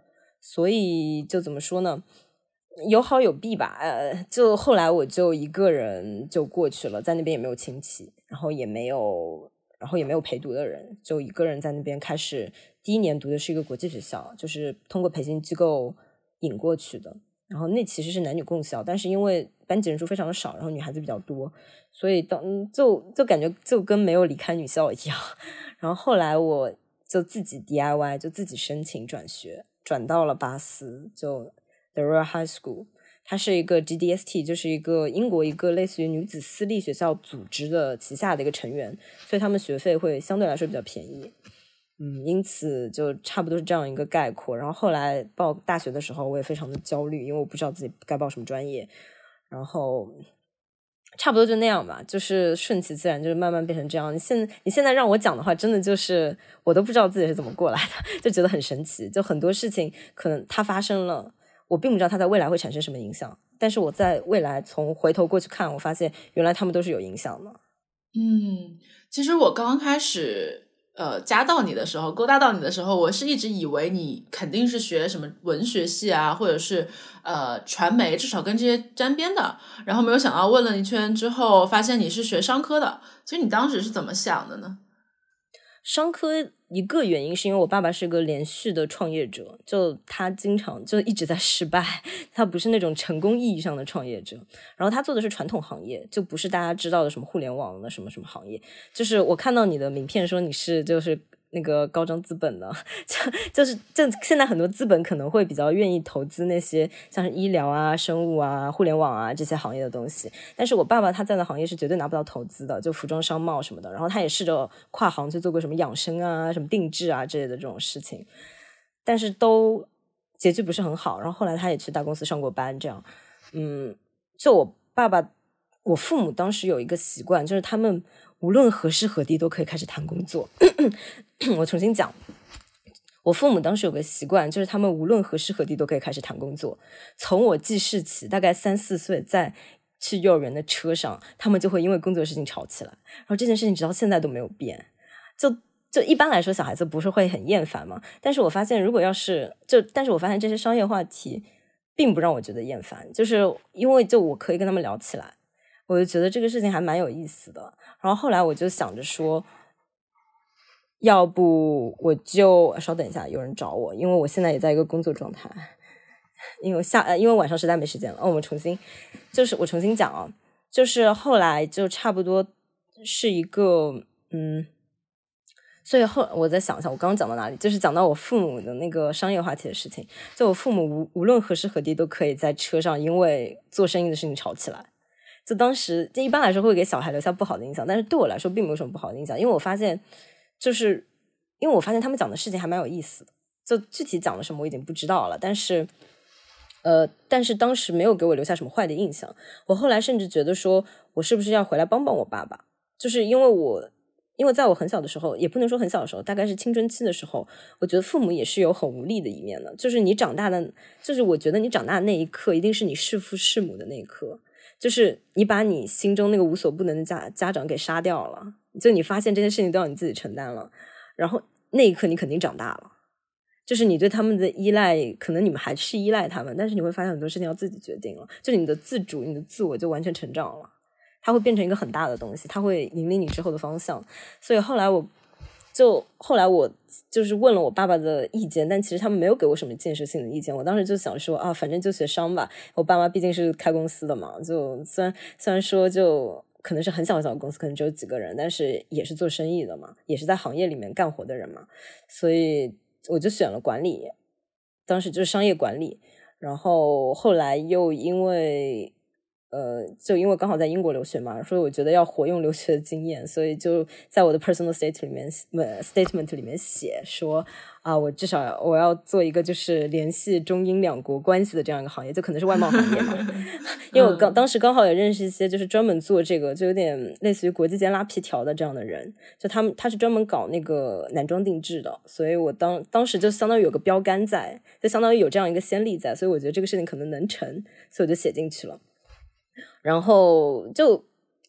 所以就怎么说呢，有好有弊吧。就后来我就一个人就过去了，在那边也没有亲戚，然后也没有陪读的人，就一个人在那边开始。第一年读的是一个国际学校，就是通过培训机构引过去的。然后那其实是男女共校，但是因为班级人数非常的少，然后女孩子比较多，所以就感觉就跟没有离开女校一样。然后后来我就自己 DIY， 就自己申请转学，转到了巴斯，就 The Royal High School。它是一个 GDST， 就是一个英国一个类似于女子私立学校组织的旗下的一个成员，所以他们学费会相对来说比较便宜。因此就差不多是这样一个概括。然后后来报大学的时候我也非常的焦虑，因为我不知道自己该报什么专业，然后差不多就那样吧，就是顺其自然，就是慢慢变成这样。你现在让我讲的话，真的就是我都不知道自己是怎么过来的，就觉得很神奇。就很多事情可能它发生了，我并不知道它在未来会产生什么影响，但是我在未来从回头过去看，我发现原来他们都是有影响的。 其实我刚刚开始加到你的时候，勾搭到你的时候，我是一直以为你肯定是学什么文学系啊，或者是传媒，至少跟这些沾边的。然后没有想到问了一圈之后，发现你是学商科的。其实你当时是怎么想的呢？ 商科一个原因是因为我爸爸是个连续的创业者，就他经常就一直在失败，他不是那种成功意义上的创业者。然后他做的是传统行业，就不是大家知道的什么互联网的什么什么行业。就是我看到你的名片说你是就是那个高张资本的，就是现在很多资本可能会比较愿意投资那些像是医疗啊、生物啊、互联网啊这些行业的东西，但是我爸爸他在的行业是绝对拿不到投资的，就服装商贸什么的。然后他也试着跨行去做过什么养生啊、什么定制啊之类的这种事情，但是都结局不是很好。然后后来他也去大公司上过班，这样。就我爸爸我父母当时有一个习惯，就是他们无论何时何地都可以开始谈工作。我重新讲，我父母当时有个习惯，就是他们无论何时何地都可以开始谈工作。从我记事起，大概3、4岁，在去幼儿园的车上，他们就会因为工作的事情吵起来。然后这件事情直到现在都没有变。就一般来说，小孩子不是会很厌烦吗？但是我发现，但是我发现这些商业话题并不让我觉得厌烦，就是因为就我可以跟他们聊起来，我就觉得这个事情还蛮有意思的。然后后来我就想着说，要不我就稍等一下，有人找我，因为我现在也在一个工作状态，因为晚上实在没时间了。我重新讲啊，就是后来就差不多是一个所以我再想一下，我刚刚讲到哪里？就是讲到我父母的那个商业话题的事情。就我父母无论何时何地都可以在车上因为做生意的事情吵起来。就当时一般来说会给小孩留下不好的印象，但是对我来说并没有什么不好的印象，因为我发现他们讲的事情还蛮有意思的。就具体讲了什么我已经不知道了，但是当时没有给我留下什么坏的印象。我后来甚至觉得说，我是不是要回来帮帮我爸爸？就是因为在我很小的时候，也不能说很小的时候，大概是青春期的时候，我觉得父母也是有很无力的一面的。就是我觉得你长大的那一刻，一定是你弑父弑母的那一刻。就是你把你心中那个无所不能的家长给杀掉了，就你发现这件事情都要你自己承担了，然后那一刻你肯定长大了。就是你对他们的依赖，可能你们还是依赖他们，但是你会发现很多事情要自己决定了，就你的自主、你的自我就完全成长了，它会变成一个很大的东西，它会引领你之后的方向。所以后来我就是问了我爸爸的意见，但其实他们没有给我什么建设性的意见。我当时就想说反正就学商吧，我爸妈毕竟是开公司的嘛，就虽然说就可能是很小很小的公司，可能只有几个人，但是也是做生意的嘛，也是在行业里面干活的人嘛，所以我就选了管理，当时就是商业管理。然后后来又因为刚好在英国留学嘛，所以我觉得要活用留学的经验，所以就在我的 personal statement 里面写说我至少我要做一个就是联系中英两国关系的这样一个行业，就可能是外贸行业嘛。因为我当时刚好也认识一些就是专门做这个，就有点类似于国际间拉皮条的这样的人，就他是专门搞那个男装定制的，所以我当时就相当于有个标杆在，就相当于有这样一个先例在，所以我觉得这个事情可能能成，所以我就写进去了。然后就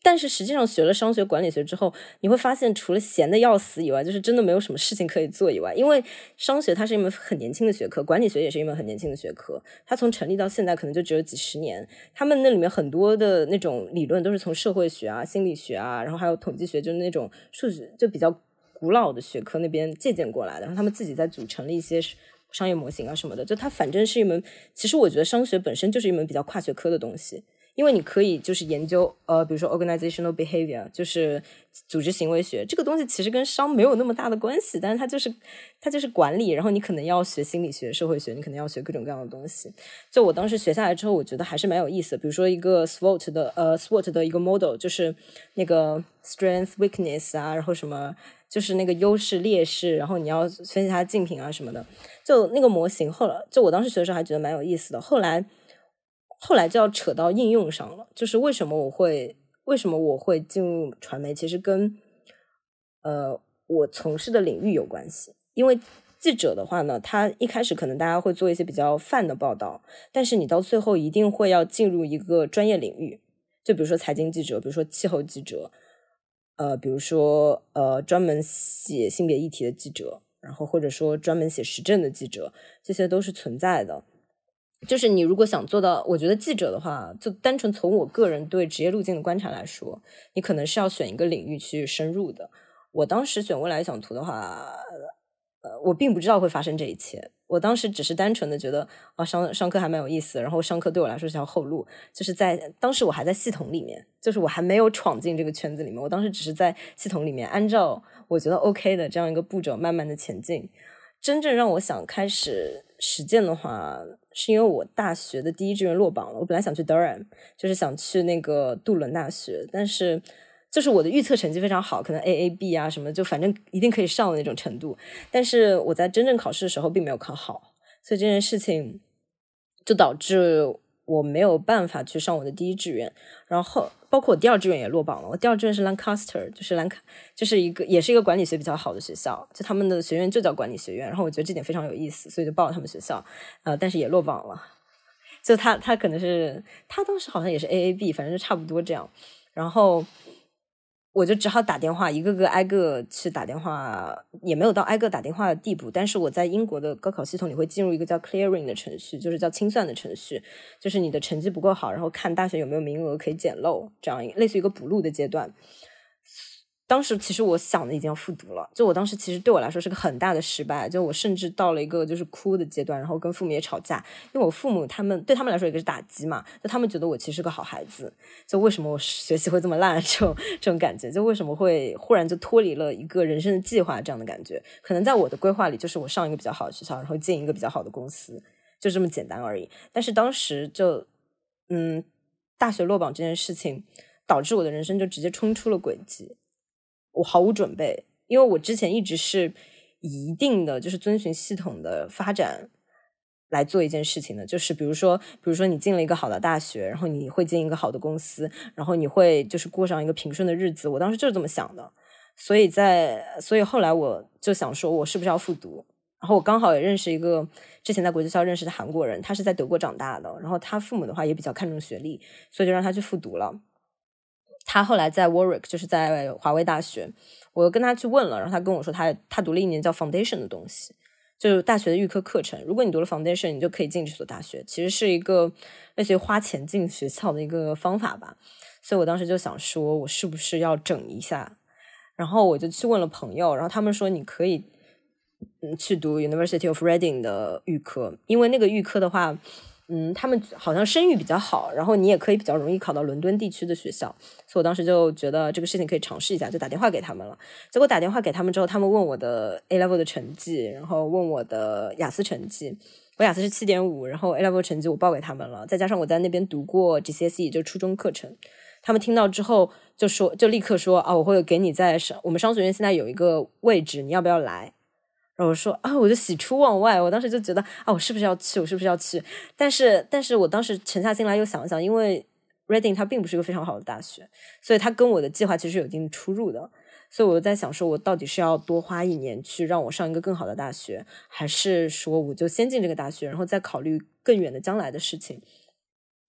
但是实际上学了商学管理学之后，你会发现除了闲的要死以外，就是真的没有什么事情可以做以外，因为商学它是一门很年轻的学科，管理学也是一门很年轻的学科，它从成立到现在可能就只有几十年，他们那里面很多的那种理论都是从社会学啊、心理学啊，然后还有统计学，就是那种数学就比较古老的学科那边借鉴过来的，然后他们自己在组成了一些商业模型啊什么的，就它反正是一门，其实我觉得商学本身就是一门比较跨学科的东西。因为你可以就是研究比如说 organizational behavior 就是组织行为学，这个东西其实跟商没有那么大的关系，但是它就是管理，然后你可能要学心理学、社会学，你可能要学各种各样的东西。就我当时学下来之后，我觉得还是蛮有意思的。比如说一个 SWOT 的一个 model， 就是那个 strength weakness 啊，然后什么就是那个优势劣势，然后你要分析它的竞品啊什么的。就那个模型后来就我当时学的时候还觉得蛮有意思的，后来就要扯到应用上了，就是为什么我会进入传媒，其实跟我从事的领域有关系。因为记者的话呢，他一开始可能大家会做一些比较泛的报道，但是你到最后一定会要进入一个专业领域，就比如说财经记者，比如说气候记者，比如说专门写性别议题的记者，然后或者说专门写时政的记者，这些都是存在的。就是你如果想做到，我觉得记者的话，就单纯从我个人对职业路径的观察来说，你可能是要选一个领域去深入的。我当时选未来想图的话，我并不知道会发生这一切。我当时只是单纯的觉得商科还蛮有意思，然后商科对我来说是条后路。就是当时我还在系统里面，就是我还没有闯进这个圈子里面，我当时只是在系统里面按照我觉得 OK 的这样一个步骤慢慢的前进。真正让我想开始实践的话，是因为我大学的第一志愿落榜了。我本来想去 Durham， 就是想去那个杜伦大学，但是就是我的预测成绩非常好，可能 AAB 啊什么，就反正一定可以上的那种程度。但是我在真正考试的时候并没有考好，所以这件事情就导致我没有办法去上我的第一志愿，然后包括我第二志愿也落榜了。我第二志愿是 Lancaster， 就是也是一个管理学比较好的学校，就他们的学院就叫管理学院，然后我觉得这点非常有意思，所以就报了他们学校，但是也落榜了。就他可能是他当时好像也是 AAB， 反正就差不多这样。然后我就只好打电话，一个个挨个去打电话，也没有到挨个打电话的地步。但是我在英国的高考系统里会进入一个叫 clearing 的程序，就是叫清算的程序，就是你的成绩不够好，然后看大学有没有名额可以捡漏，这样类似于一个补录的阶段。当时其实我想的已经要复读了，就我当时其实对我来说是个很大的失败，就我甚至到了一个就是哭的阶段，然后跟父母也吵架，因为我父母对他们来说也是打击嘛，就他们觉得我其实是个好孩子，就为什么我学习会这么烂，这种感觉，就为什么会忽然就脱离了一个人生的计划这样的感觉，可能在我的规划里就是我上一个比较好的学校，然后进一个比较好的公司，就这么简单而已。但是当时就大学落榜这件事情导致我的人生就直接冲出了轨迹，我毫无准备，因为我之前一直是以一定的就是遵循系统的发展来做一件事情的，就是比如说你进了一个好的大学，然后你会进一个好的公司，然后你会就是过上一个平顺的日子，我当时就是这么想的。所以后来我就想说我是不是要复读，然后我刚好也认识一个之前在国际学校认识的韩国人，他是在德国长大的，然后他父母的话也比较看重学历，所以就让他去复读了。他后来在 Warwick， 就是在华威大学，我跟他去问了，然后他跟我说他读了一年叫 Foundation 的东西，就是大学的预科课程，如果你读了 Foundation 你就可以进这所大学，其实是一个类似于花钱进学校的一个方法吧。所以我当时就想说我是不是要整一下，然后我就去问了朋友，然后他们说你可以去读 University of Reading 的预科，因为那个预科的话他们好像声誉比较好，然后你也可以比较容易考到伦敦地区的学校，所以我当时就觉得这个事情可以尝试一下，就打电话给他们了。结果打电话给他们之后，他们问我的 A level 的成绩，然后问我的雅思成绩，我雅思是 7.5， 然后 A level 成绩我报给他们了，再加上我在那边读过 GCSE 就是初中课程，他们听到之后就立刻说我会给你在我们商学院现在有一个位置，你要不要来？然后我说我就喜出望外，我当时就觉得我是不是要去，但是我当时沉下心来又想一想，因为 Reading 它并不是一个非常好的大学，所以它跟我的计划其实有一定出入的，所以我在想说我到底是要多花1年去让我上一个更好的大学，还是说我就先进这个大学，然后再考虑更远的将来的事情。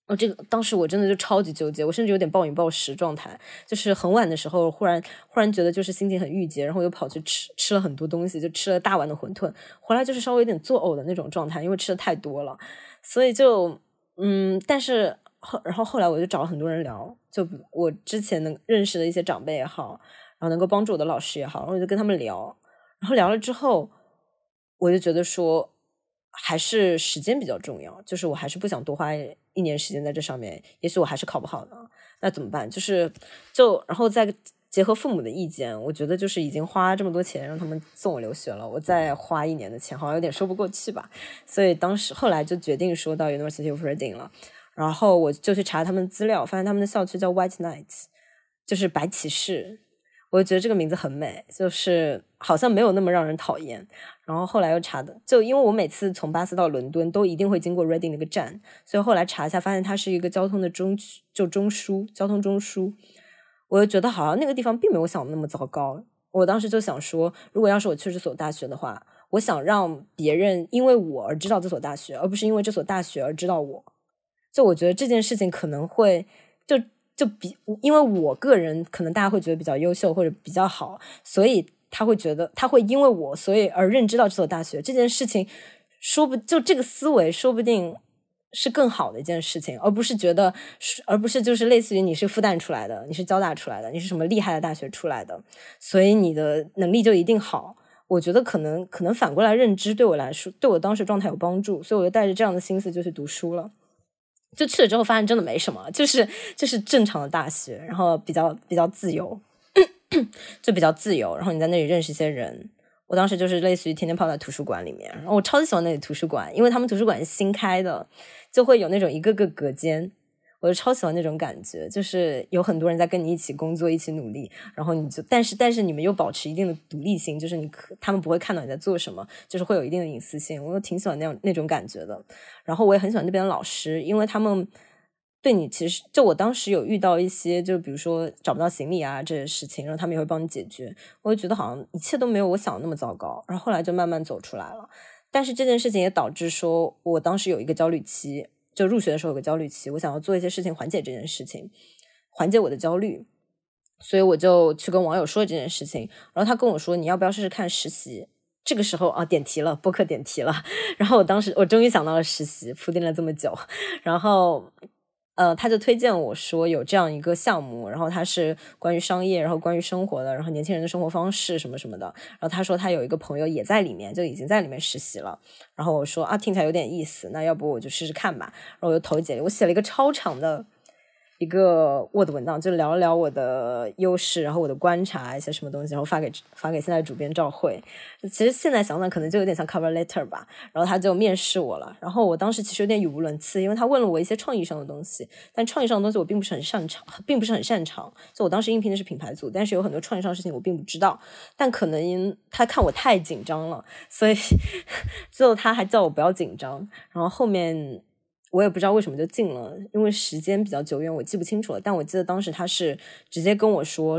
这个当时我真的就超级纠结，我甚至有点暴饮暴食状态，就是很晚的时候忽然觉得就是心情很郁结，然后又跑去吃了很多东西，就吃了大碗的馄饨，回来就是稍微有点作呕的那种状态，因为吃的太多了，所以就但是然后后来我就找了很多人聊，就我之前能认识的一些长辈也好，然后能够帮助我的老师也好，然后我就跟他们聊，然后聊了之后我就觉得说还是时间比较重要，就是我还是不想多花1年时间在这上面，也许我还是考不好呢，那怎么办？然后再结合父母的意见，我觉得就是已经花这么多钱让他们送我留学了，我再花1年的钱好像有点说不过去吧，所以后来就决定说到 University of Reading 了，然后我就去查他们资料，发现他们的校区叫 White Knights， 就是白骑士，我就觉得这个名字很美，就是好像没有那么让人讨厌。然后后来又查的，就因为我每次从巴斯到伦敦都一定会经过 Reading 那个站，所以后来查一下发现它是一个交通的中枢，交通中枢。我就觉得好像那个地方并没有想的那么糟糕。我当时就想说，如果要是我去这所大学的话，我想让别人因为我而知道这所大学，而不是因为这所大学而知道我。就我觉得这件事情可能会因为我个人可能大家会觉得比较优秀或者比较好，所以他会觉得他会因为我所以而认知到这所大学，这件事情就这个思维说不定是更好的一件事情，而不是就是类似于你是复旦出来的，你是交大出来的，你是什么厉害的大学出来的，所以你的能力就一定好。我觉得可能反过来认知对我来说，对我当时状态有帮助，所以我就带着这样的心思就去读书了。就去了之后发现真的没什么，就是正常的大学，然后比较自由就比较自由，然后你在那里认识一些人。我当时就是类似于天天泡在图书馆里面，然后我超级喜欢那里图书馆，因为他们图书馆是新开的，就会有那种一个个隔间，我就超喜欢那种感觉，就是有很多人在跟你一起工作一起努力，然后你就但是你们又保持一定的独立性，就是他们不会看到你在做什么，就是会有一定的隐私性，我挺喜欢那种感觉的。然后我也很喜欢那边的老师，因为他们对你其实就我当时有遇到一些就比如说找不到行李啊这些事情，然后他们也会帮你解决，我就觉得好像一切都没有我想的那么糟糕，然后后来就慢慢走出来了。但是这件事情也导致说我当时有一个焦虑期，就入学的时候有个焦虑期，我想要做一些事情缓解这件事情，缓解我的焦虑，所以我就去跟网友说这件事情，然后他跟我说你要不要试试看实习。这个时候点题了，播客点题了，然后我终于想到了实习，铺垫了这么久，然后他就推荐我说有这样一个项目，然后它是关于商业，然后关于生活的，然后年轻人的生活方式什么什么的，然后他说他有一个朋友也在里面，就已经在里面实习了，然后我说听起来有点意思，那要不我就试试看吧，然后我就投简历，我写了一个超长的一个 Word 文档，就聊了聊我的优势，然后我的观察一些什么东西，然后发给现在的主编赵慧。其实现在想想可能就有点像 cover letter 吧，然后他就面试我了，然后我当时其实有点语无伦次，因为他问了我一些创意上的东西，但创意上的东西我并不是很擅长，就我当时应聘的是品牌组，但是有很多创意上的事情我并不知道，但可能他看我太紧张了，所以最后他还叫我不要紧张，然后后面我也不知道为什么就进了，因为时间比较久远我记不清楚了，但我记得当时他是直接跟我说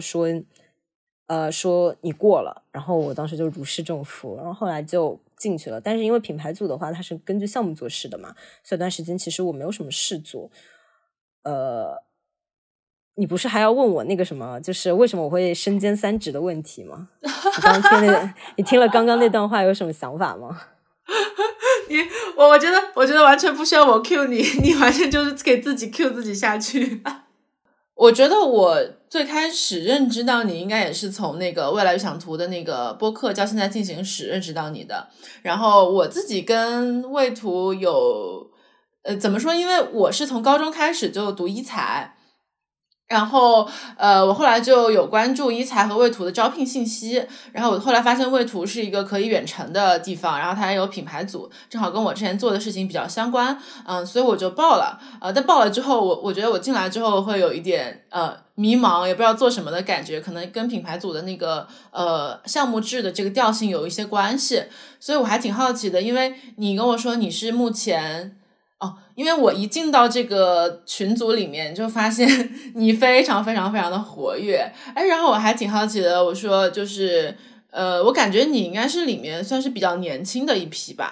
你过了，然后我当时就如释重负，然后后来就进去了。但是因为品牌组的话它是根据项目做事的嘛，所以段时间其实我没有什么事做。你不是还要问我那个什么就是为什么我会身兼3职的问题吗？你听了刚刚那段话有什么想法吗？ 我觉得完全不需要我 cue 你，你完全就是给自己 cue 自己下去。我觉得我最开始认知到你应该也是从那个未来预想图的那个播客叫现在进行时认知到你的，然后我自己跟魏图有怎么说，因为我是从高中开始就读医材，然后我后来就有关注医材和魏图的招聘信息，然后我后来发现魏图是一个可以远程的地方，然后它也有品牌组，正好跟我之前做的事情比较相关，所以我就报了，但报了之后我觉得我进来之后会有一点迷茫，也不知道做什么的感觉，可能跟品牌组的那个项目制的这个调性有一些关系，所以我还挺好奇的，因为你跟我说你是目前因为我一进到这个群组里面就发现你非常非常非常的活跃，然后我还挺好奇的，我说就是我感觉你应该是里面算是比较年轻的一批吧。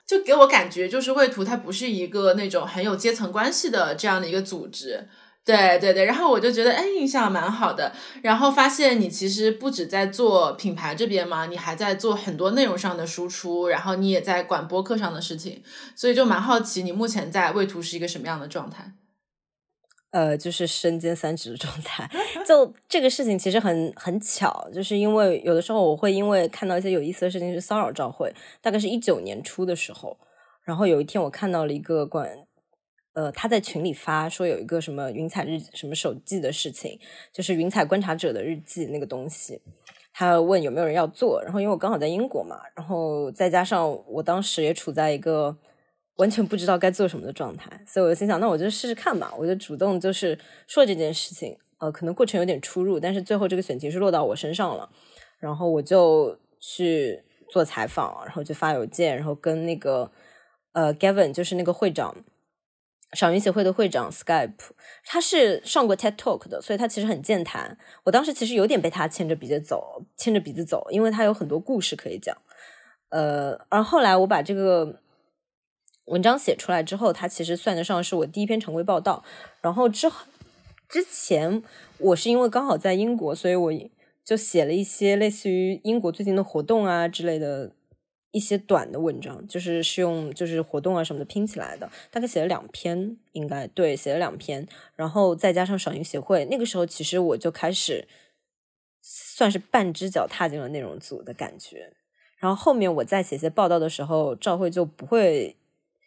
就给我感觉就是卫图它不是一个那种很有阶层关系的这样的一个组织。对对对，然后我就觉得印象蛮好的，然后发现你其实不止在做品牌这边嘛，你还在做很多内容上的输出，然后你也在管播客上的事情，所以就蛮好奇你目前在卫图是一个什么样的状态。 就是身兼三职的状态。就这个事情其实很巧，就是因为有的时候我会因为看到一些有意思的事情去骚扰赵慧，大概是19年初的时候，然后有一天我看到了一个他在群里发说有一个什么云彩日什么手记的事情，就是云彩观察者的日记那个东西，他问有没有人要做，然后因为我刚好在英国嘛，然后再加上我当时也处在一个完全不知道该做什么的状态，所以我就心想那我就试试看吧，我就主动就是说这件事情，可能过程有点出入，但是最后这个选题是落到我身上了，然后我就去做采访，然后就发邮件，然后跟那个Gavin 就是那个会长，赏云协会的会长 Skype， 他是上过 TED Talk 的，所以他其实很健谈。我当时其实有点被他牵着鼻子走，因为他有很多故事可以讲。而后来我把这个文章写出来之后，它其实算得上是我第一篇常规报道。然后之前我是因为刚好在英国，所以我就写了一些类似于英国最近的活动啊之类的一些短的文章，就是用就是活动啊什么的拼起来的，大概写了2篇，应该对，写了2篇，然后再加上赏云协会，那个时候其实我就开始算是半只脚踏进了内容组的感觉。然后后面我在写些报道的时候，赵慧就不会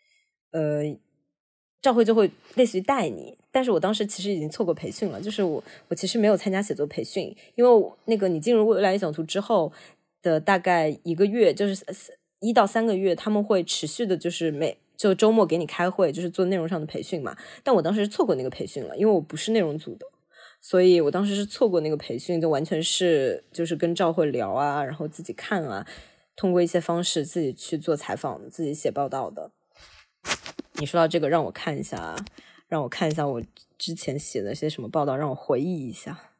赵慧就会类似于带你，但是我当时其实已经错过培训了，就是我其实没有参加写作培训，因为那个你进入未来理想图之后的大概1个月，就是1到3个月，他们会持续的就是就周末给你开会，就是做内容上的培训嘛。但我当时是错过那个培训了，因为我不是内容组的，所以我当时是错过那个培训，就完全是就是跟赵慧聊啊，然后自己看啊，通过一些方式自己去做采访，自己写报道的。你说到这个，让我看一下我之前写的些什么报道，让我回忆一下。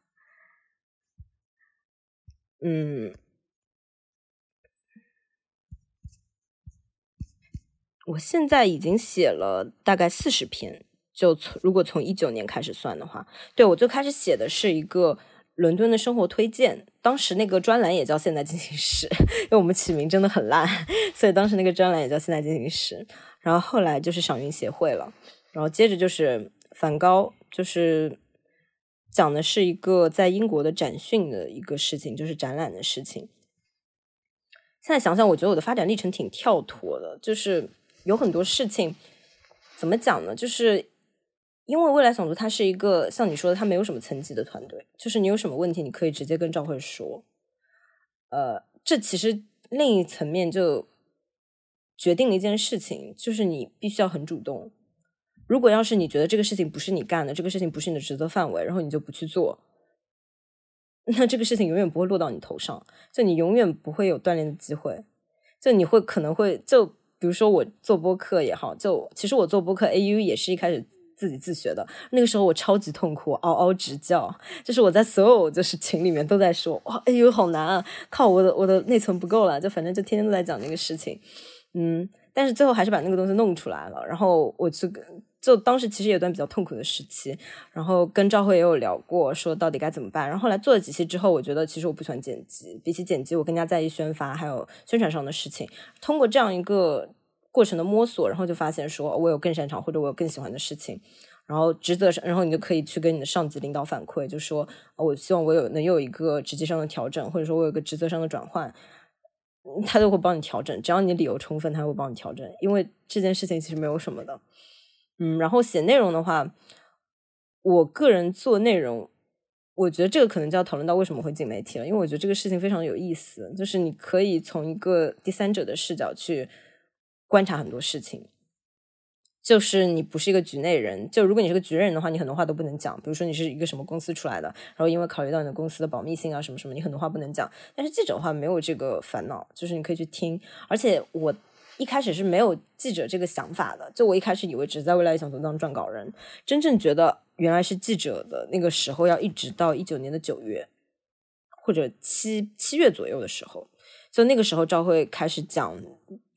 我现在已经写了大概40篇，就如果从19年开始算的话，对，我最开始写的是一个伦敦的生活推荐，当时那个专栏也叫现代进行时，因为我们起名真的很烂，所以当时那个专栏也叫现代进行时。然后后来就是赏云协会了，然后接着就是梵高，就是讲的是一个在英国的展讯的一个事情，就是展览的事情。现在想想我觉得我的发展历程挺跳脱的，就是有很多事情怎么讲呢，就是因为未来想图它是一个像你说的它没有什么层级的团队，就是你有什么问题你可以直接跟赵慧说，这其实另一层面就决定了一件事情，就是你必须要很主动。如果要是你觉得这个事情不是你干的，这个事情不是你的职责范围，然后你就不去做，那这个事情永远不会落到你头上，就你永远不会有锻炼的机会，就你可能会就比如说我做播客也好，就其实我做播客 AU 也是一开始自己自学的，那个时候我超级痛苦，嗷嗷直叫，就是我在所有就是群里面都在说哇 AU 好难啊，靠我的内存不够了，就反正就天天都在讲那个事情。但是最后还是把那个东西弄出来了，然后我就当时其实有段比较痛苦的时期，然后跟赵慧也有聊过说到底该怎么办，然后后来做了几期之后，我觉得其实我不喜欢剪辑，比起剪辑我更加在意宣发还有宣传上的事情，通过这样一个过程的摸索，然后就发现说我有更擅长或者我有更喜欢的事情，然后职责上，然后你就可以去跟你的上级领导反馈，就说我希望我能有一个职级上的调整，或者说我有一个职责上的转换，他都会帮你调整，只要你理由充分他会帮你调整，因为这件事情其实没有什么的。然后写内容的话，我个人做内容，我觉得这个可能就要讨论到为什么会进媒体了，因为我觉得这个事情非常有意思，就是你可以从一个第三者的视角去观察很多事情，就是你不是一个局内人，就如果你是个局内人的话，你很多话都不能讲，比如说你是一个什么公司出来的，然后因为考虑到你的公司的保密性啊什么什么，你很多话不能讲，但是记者的话没有这个烦恼，就是你可以去听，而且我一开始是没有记者这个想法的，就我一开始以为只在未来想图当撰稿人，真正觉得原来是记者的那个时候要一直到19年的9月或者7月左右的时候，就那个时候赵慧开始讲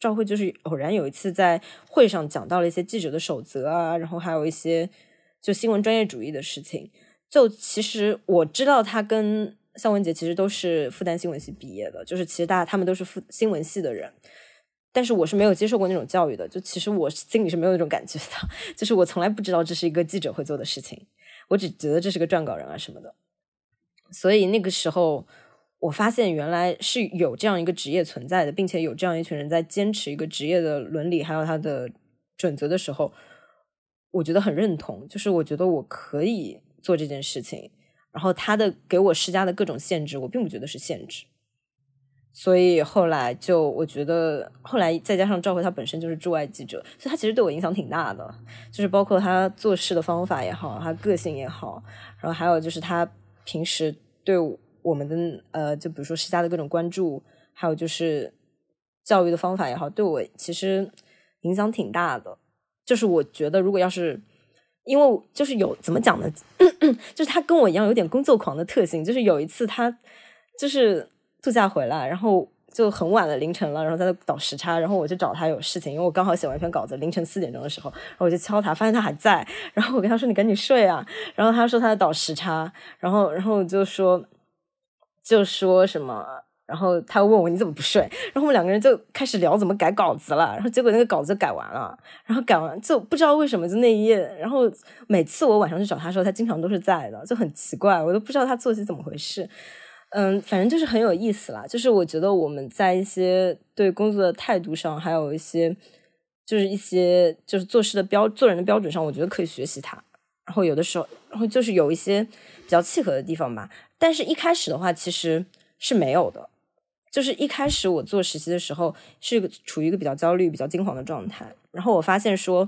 赵慧就是偶然有一次在会上讲到了一些记者的守则啊，然后还有一些就新闻专业主义的事情。就其实我知道他跟向文杰其实都是复旦新闻系毕业的，就是其实他们都是新闻系的人，但是我是没有接受过那种教育的，就其实我心里是没有那种感觉的，就是我从来不知道这是一个记者会做的事情，我只觉得这是个撰稿人啊什么的。所以那个时候我发现原来是有这样一个职业存在的，并且有这样一群人在坚持一个职业的伦理还有它的准则的时候，我觉得很认同，就是我觉得我可以做这件事情，然后他的给我施加的各种限制我并不觉得是限制。所以后来就我觉得后来再加上赵慧他本身就是驻外记者，所以他其实对我影响挺大的，就是包括他做事的方法也好，他个性也好，然后还有就是他平时对我们的就比如说施加的各种关注，还有就是教育的方法也好，对我其实影响挺大的。就是我觉得如果要是因为就是有怎么讲呢就是他跟我一样有点工作狂的特性，就是有一次他就是度假回来，然后就很晚了，凌晨了，然后在那倒时差，然后我就找他有事情，因为我刚好写完一篇稿子，凌晨4点钟的时候，然后我就敲他，发现他还在，然后我跟他说你赶紧睡啊，然后他说他在倒时差，然后我就说什么，然后他问我你怎么不睡，然后我们两个人就开始聊怎么改稿子了，然后结果那个稿子就改完了，然后改完就不知道为什么就那一页，然后每次我晚上去找他的时候他经常都是在的，就很奇怪，我都不知道他作息怎么回事。反正就是很有意思啦，就是我觉得我们在一些对工作的态度上，还有一些就是做事的做人的标准上，我觉得可以学习他。然后有的时候，然后就是有一些比较契合的地方吧。但是一开始的话，其实是没有的。就是一开始我做实习的时候，是处于一个比较焦虑、比较惊慌的状态。然后我发现说，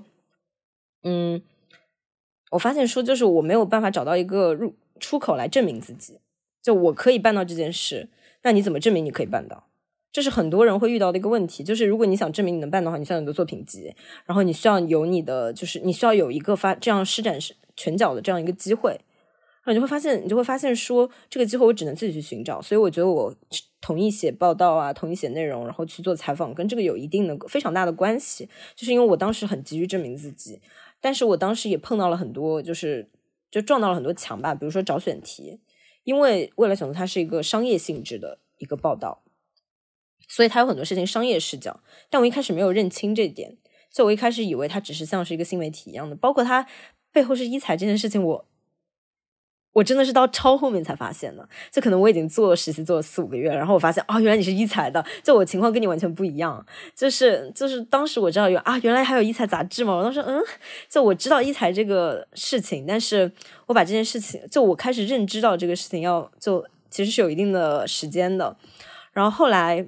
就是我没有办法找到一个出口来证明自己。就我可以办到这件事，那你怎么证明你可以办到？这是很多人会遇到的一个问题，就是如果你想证明你能办的话，你需要有你的作品集，然后你需要有就是你需要有一个这样施展拳脚的这样一个机会，然后你就会发现说这个机会我只能自己去寻找。所以我觉得我同意写报道啊，同意写内容，然后去做采访，跟这个有一定的非常大的关系，就是因为我当时很急于证明自己，但是我当时也碰到了很多就撞到了很多墙吧，比如说找选题。因为未来选择它是一个商业性质的一个报道，所以它有很多事情商业视角，但我一开始没有认清这点，所以我一开始以为它只是像是一个新媒体一样的，包括它背后是医材这件事情，我真的是到超后面才发现的，就可能我已经做实习做了4-5个月，然后我发现原来你是医材的，就我情况跟你完全不一样，就是当时我知道原来还有医材杂志嘛，我当时就我知道医材这个事情，但是我把这件事情就我开始认知到这个事情其实是有一定的时间的，然后后来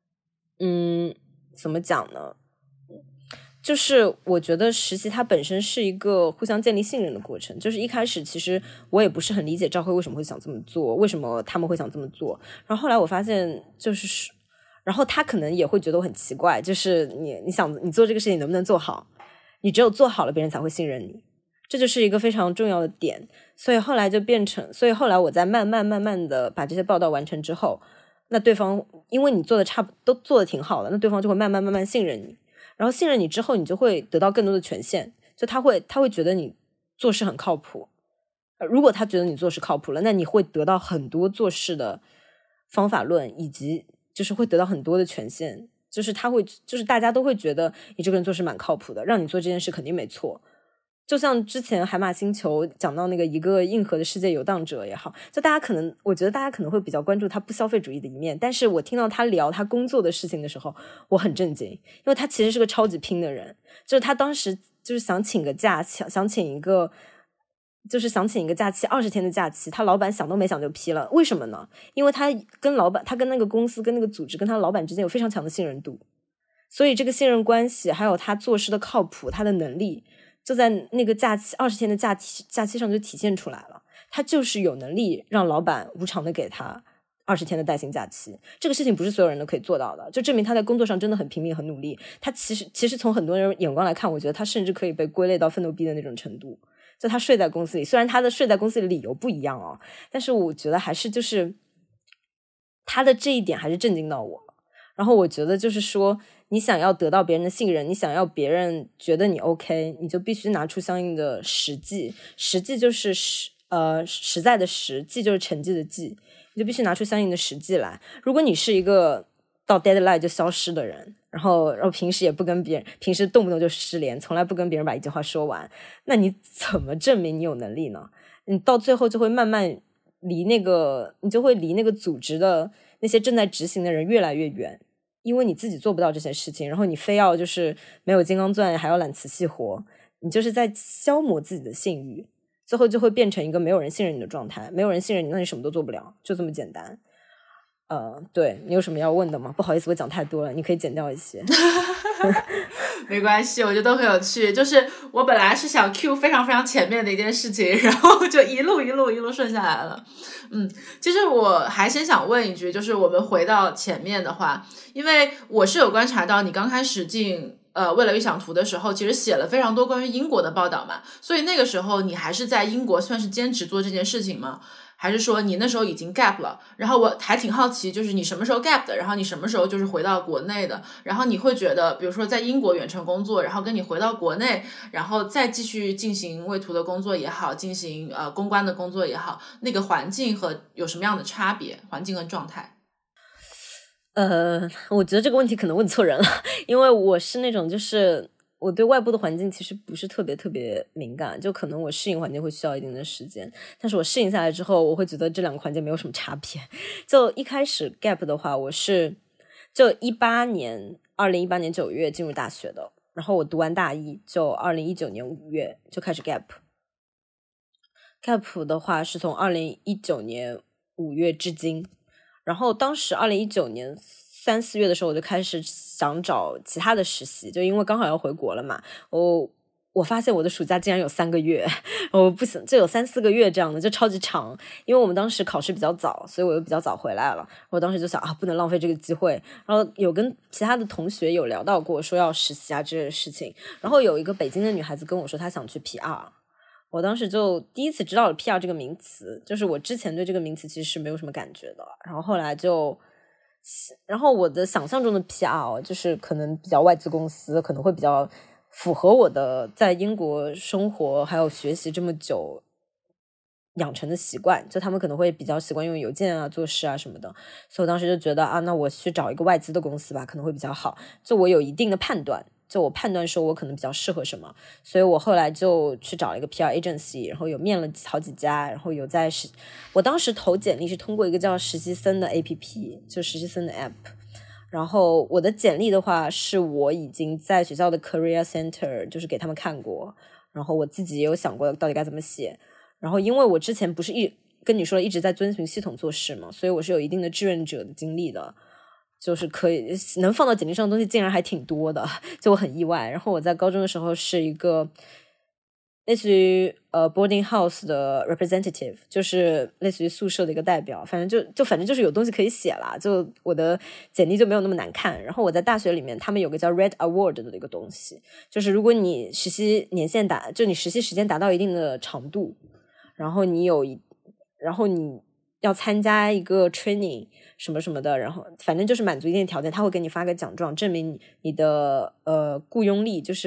怎么讲呢？就是我觉得实习它本身是一个互相建立信任的过程，就是一开始其实我也不是很理解赵辉为什么会想这么做，为什么他们会想这么做，然后后来我发现然后他可能也会觉得我很奇怪，就是你想你做这个事情能不能做好，你只有做好了别人才会信任你，这就是一个非常重要的点。所以后来我在慢慢的把这些报道完成之后，那对方因为你都做的挺好的，那对方就会慢慢信任你，然后信任你之后，你就会得到更多的权限，就他会觉得你做事很靠谱。如果他觉得你做事靠谱了，那你会得到很多做事的方法论，以及就是会得到很多的权限，就是大家都会觉得你这个人做事蛮靠谱的，让你做这件事肯定没错。就像之前海马星球讲到那个一个硬核的世界游荡者也好，就我觉得大家可能会比较关注他不消费主义的一面，但是我听到他聊他工作的事情的时候，我很震惊，因为他其实是个超级拼的人，就是他当时就是想请个假，想请一个假期，20天的假期，他老板想都没想就批了。为什么呢？因为他跟那个公司跟那个组织跟他老板之间有非常强的信任度，所以这个信任关系还有他做事的靠谱，他的能力就在那个假期20天的假期上就体现出来了。他就是有能力让老板无偿的给他20天的带薪假期，这个事情不是所有人都可以做到的，就证明他在工作上真的很拼命很努力。他其实从很多人眼光来看，我觉得他甚至可以被归类到奋斗逼的那种程度。就他睡在公司里，虽然他的睡在公司里的理由不一样但是我觉得还是就是他的这一点还是震惊到我。 然后我觉得就是说，你想要得到别人的信任，你想要别人觉得你 OK， 你就必须拿出相应的实际。实际就是实在的实，际就是成绩的绩，你就必须拿出相应的实际来。如果你是一个到 deadline 就消失的人，然后平时也不跟别人，平时动不动就失联，从来不跟别人把一句话说完，那你怎么证明你有能力呢？你到最后就会慢慢离那个组织的那些正在执行的人越来越远，因为你自己做不到这些事情，然后你非要就是没有金刚钻还要揽瓷器活，你就是在消磨自己的信誉，最后就会变成一个没有人信任你的状态。没有人信任你，那你什么都做不了，就这么简单。对，你有什么要问的吗？不好意思，我讲太多了，你可以剪掉一些。 没关系，我觉得都很有趣。就是我本来是想 Q 非常非常前面的一件事情，然后就一路顺下来了。其实我还先想问一句，就是我们回到前面的话，因为我是有观察到你刚开始进未来预想图的时候，其实写了非常多关于英国的报道嘛，所以那个时候你还是在英国算是兼职做这件事情吗？还是说你那时候已经 gap 了？然后我还挺好奇，就是你什么时候 gap 的，然后你什么时候就是回到国内的，然后你会觉得比如说在英国远程工作，然后跟你回到国内，然后再继续进行绘图的工作也好，进行公关的工作也好，那个环境和有什么样的差别，环境和状态？ 我觉得这个问题可能问错人了，因为我是那种就是我对外部的环境其实不是特别敏感，就可能我适应环境会需要一定的时间，但是我适应下来之后，我会觉得这两个环境没有什么差别。就一开始 gap 的话，我是就2018年9月进入大学的，然后我读完大一就2019年5月就开始 gap 的话是从2019年5月至今，然后当时2019年3、4月的时候，我就开始想找其他的实习，就因为刚好要回国了嘛。我发现我的暑假竟然有3个月，我不行，就有3、4个月这样的，就超级长。因为我们当时考试比较早，所以我又比较早回来了。我当时就想不能浪费这个机会。然后有跟其他的同学有聊到过，说要实习这些事情。然后有一个北京的女孩子跟我说，她想去 PR。我当时就第一次知道了 PR 这个名词，就是我之前对这个名词其实是没有什么感觉的。然后我的想象中的 PR 就是可能比较外资公司，可能会比较符合我的在英国生活还有学习这么久养成的习惯，就他们可能会比较习惯用邮件做事什么的，所以我当时就觉得那我去找一个外资的公司吧，可能会比较好。就我有一定的判断，就我判断说我可能比较适合什么，所以我后来就去找了一个 PR agency， 然后有面了好几家，然后有我当时投简历是通过一个叫实习生的 APP， 就实习生的 app。然后我的简历的话是我已经在学校的 career center 就是给他们看过，然后我自己也有想过到底该怎么写。然后因为我之前不是跟你说一直在遵循系统做事嘛，所以我是有一定的志愿者的经历的，就是可以能放到简历上的东西竟然还挺多的，就我很意外。然后我在高中的时候是一个类似于boarding house 的 representative， 就是类似于宿舍的一个代表，反正就是有东西可以写啦，就我的简历就没有那么难看。然后我在大学里面他们有个叫 Red Award 的一个东西，就是如果你实习年限你实习时间达到一定的长度，然后你要参加一个 training 什么什么的，然后反正就是满足一定的条件，他会给你发个奖状，证明你的雇佣力，就是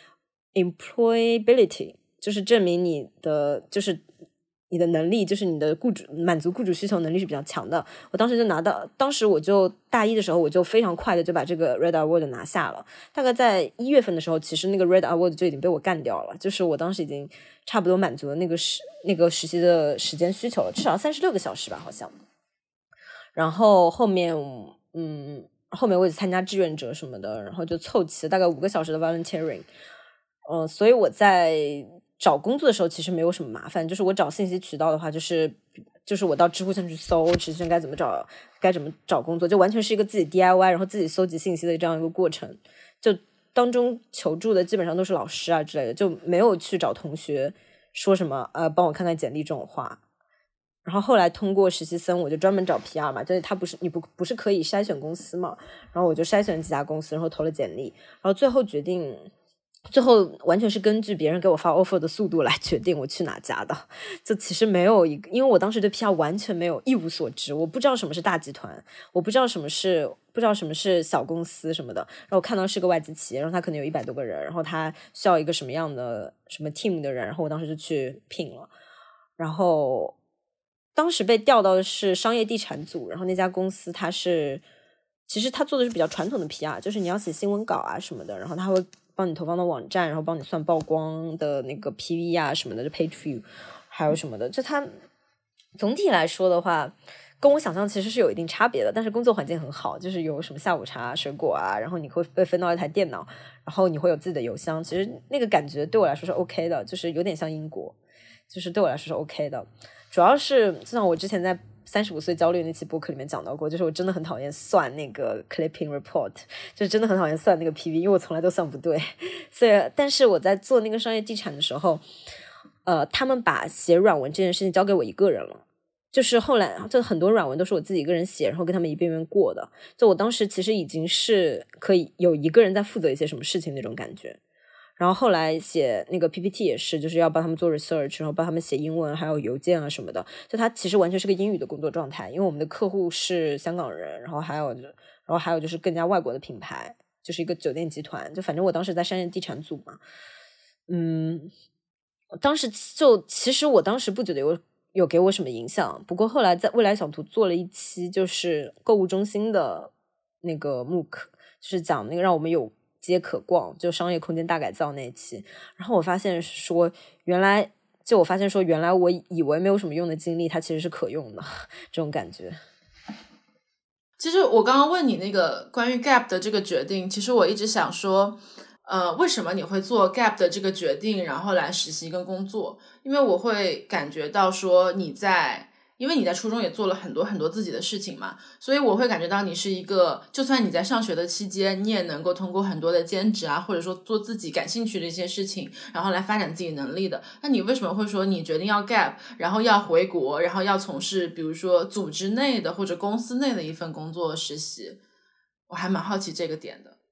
employability， 就是证明你的能力，就是你的满足雇主需求能力是比较强的。我当时就当时我就大一的时候，我就非常快的就把这个 Red Award 拿下了。大概在1月份的时候，其实那个 Red Award 就已经被我干掉了，就是我当时已经差不多满足了那个实习的时间需求了，至少36个小时吧，好像。然后后面我也参加志愿者什么的，然后就凑齐了大概5个小时的 volunteering。所以我在找工作的时候其实没有什么麻烦，就是我找信息渠道的话，就是我到知乎上去搜实习生该怎么找工作，就完全是一个自己 DIY 然后自己搜集信息的这样一个过程。就当中求助的基本上都是老师之类的，就没有去找同学说什么帮我看看简历这种话。然后后来通过实习生，我就专门找 PR 嘛，就是他你不是可以筛选公司嘛，然后我就筛选几家公司，然后投了简历，然后最后决定最后完全是根据别人给我发 offer 的速度来决定我去哪家的，就其实没有一个，因为我当时对 PR 完全没有一无所知，我不知道什么是大集团，我不知道什么是小公司什么的，然后我看到是个外资企业，然后他可能有100多个人，然后他需要一个什么样的什么 team 的人，然后我当时就去聘了，然后当时被调到的是商业地产组，然后那家公司其实他做的是比较传统的 PR， 就是你要写新闻稿啊什么的，然后他会帮你投放到网站，然后帮你算曝光的那个 PV 啊什么的，就 page view 还有什么的，就它总体来说的话跟我想象其实是有一定差别的，但是工作环境很好，就是有什么下午茶水果啊，然后你会被分到一台电脑，然后你会有自己的邮箱，其实那个感觉对我来说是 OK 的，就是有点像英国，就是对我来说是 OK 的。主要是就像我之前在35岁焦虑那期播客里面讲到过，就是我真的很讨厌算那个 clipping report， 就是真的很讨厌算那个 PV， 因为我从来都算不对。所以但是我在做那个商业地产的时候他们把写软文这件事情交给我一个人了，就是后来就很多软文都是我自己一个人写，然后跟他们一遍遍过的，就我当时其实已经是可以有一个人在负责一些什么事情那种感觉。然后后来写那个 PPT 也是，就是要帮他们做 research， 然后帮他们写英文还有邮件啊什么的，就它其实完全是个英语的工作状态，因为我们的客户是香港人，然后还有就是更加外国的品牌，就是一个酒店集团，就反正我当时在商业地产组嘛。当时其实我当时不觉得有给我什么影响，不过后来在未来小图做了一期就是购物中心的那个 MOOC， 就是讲那个让我们有街可逛，就商业空间大改造那一期，然后我发现说原来我以为没有什么用的经历它其实是可用的，这种感觉。 其实我刚刚问你那个关于 gap 的这个决定，其实我一直想说为什么你会做 gap 的这个决定然后来实习跟工作，因为我会感觉到说因为你在初中也做了很多很多自己的事情嘛，所以我会感觉到你是一个就算你在上学的期间你也能够通过很多的兼职啊，或者说做自己感兴趣的一些事情然后来发展自己能力的。那你为什么会说你决定要 gap 然后要回国，然后要从事比如说组织内的或者公司内的一份工作实习？我还蛮好奇这个点的。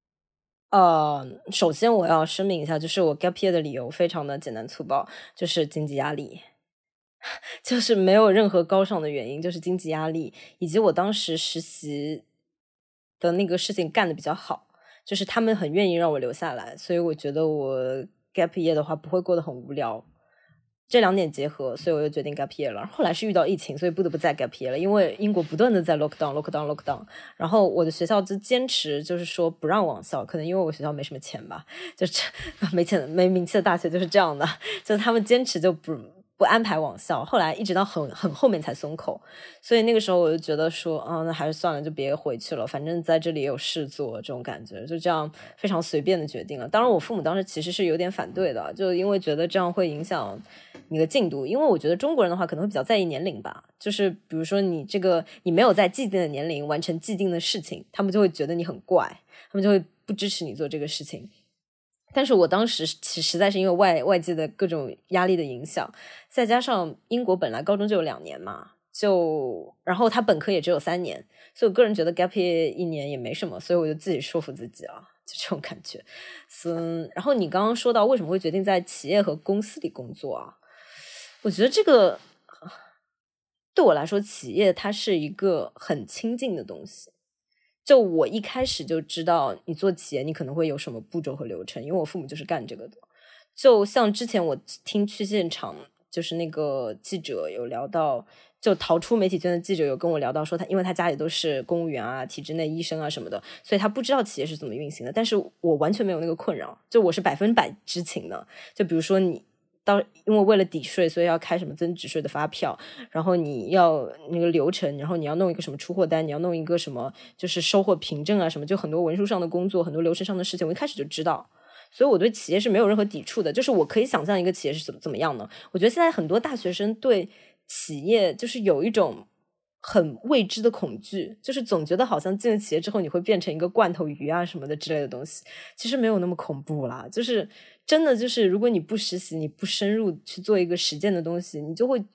首先我要声明一下，就是我 gap year 的理由非常的简单粗暴，就是经济压力，就是没有任何高尚的原因，就是经济压力，以及我当时实习的那个事情干得比较好，就是他们很愿意让我留下来，所以我觉得我 gap year 的话不会过得很无聊，这两点结合，所以我就决定 gap year 了。后来是遇到疫情，所以不得不再 gap year 了，因为英国不断的在 lockdown， 然后我的学校就坚持就是说不让网校，可能因为我学校没什么钱吧，就是没钱没名气的大学就是这样的，就他们坚持就不安排网校，后来一直到很后面才松口，所以那个时候我就觉得说那还是算了，就别回去了，反正在这里也有事做，这种感觉就这样非常随便的决定了。当然我父母当时其实是有点反对的，就因为觉得这样会影响你的进度，因为我觉得中国人的话可能会比较在意年龄吧，就是比如说你没有在既定的年龄完成既定的事情，他们就会觉得你很怪，他们就会不支持你做这个事情。但是我当时实在是因为外界的各种压力的影响，再加上英国本来高中就有2年嘛，然后他本科也只有3年，所以我个人觉得 gap year 1年也没什么，所以我就自己说服自己了，就这种感觉。然后你刚刚说到为什么会决定在企业和公司里工作啊，我觉得这个对我来说企业它是一个很亲近的东西，就我一开始就知道你做企业你可能会有什么步骤和流程，因为我父母就是干这个的。就像之前我听去现场就是那个记者有聊到，就逃出媒体圈的记者有跟我聊到说因为他家里都是公务员啊体制内医生啊什么的，所以他不知道企业是怎么运行的，但是我完全没有那个困扰，就我是100%知情的。就比如说因为为了抵税所以要开什么增值税的发票，然后你要那个流程，然后你要弄一个什么出货单，你要弄一个什么就是收货凭证啊什么，就很多文书上的工作，很多流程上的事情我一开始就知道，所以我对企业是没有任何抵触的。就是我可以想象一个企业是怎么样的。我觉得现在很多大学生对企业就是有一种很未知的恐惧，就是总觉得好像进了企业之后你会变成一个罐头鱼啊什么的之类的东西，其实没有那么恐怖啦，就是真的就是如果你不实习，你不深入去做一个实践的东西，你就会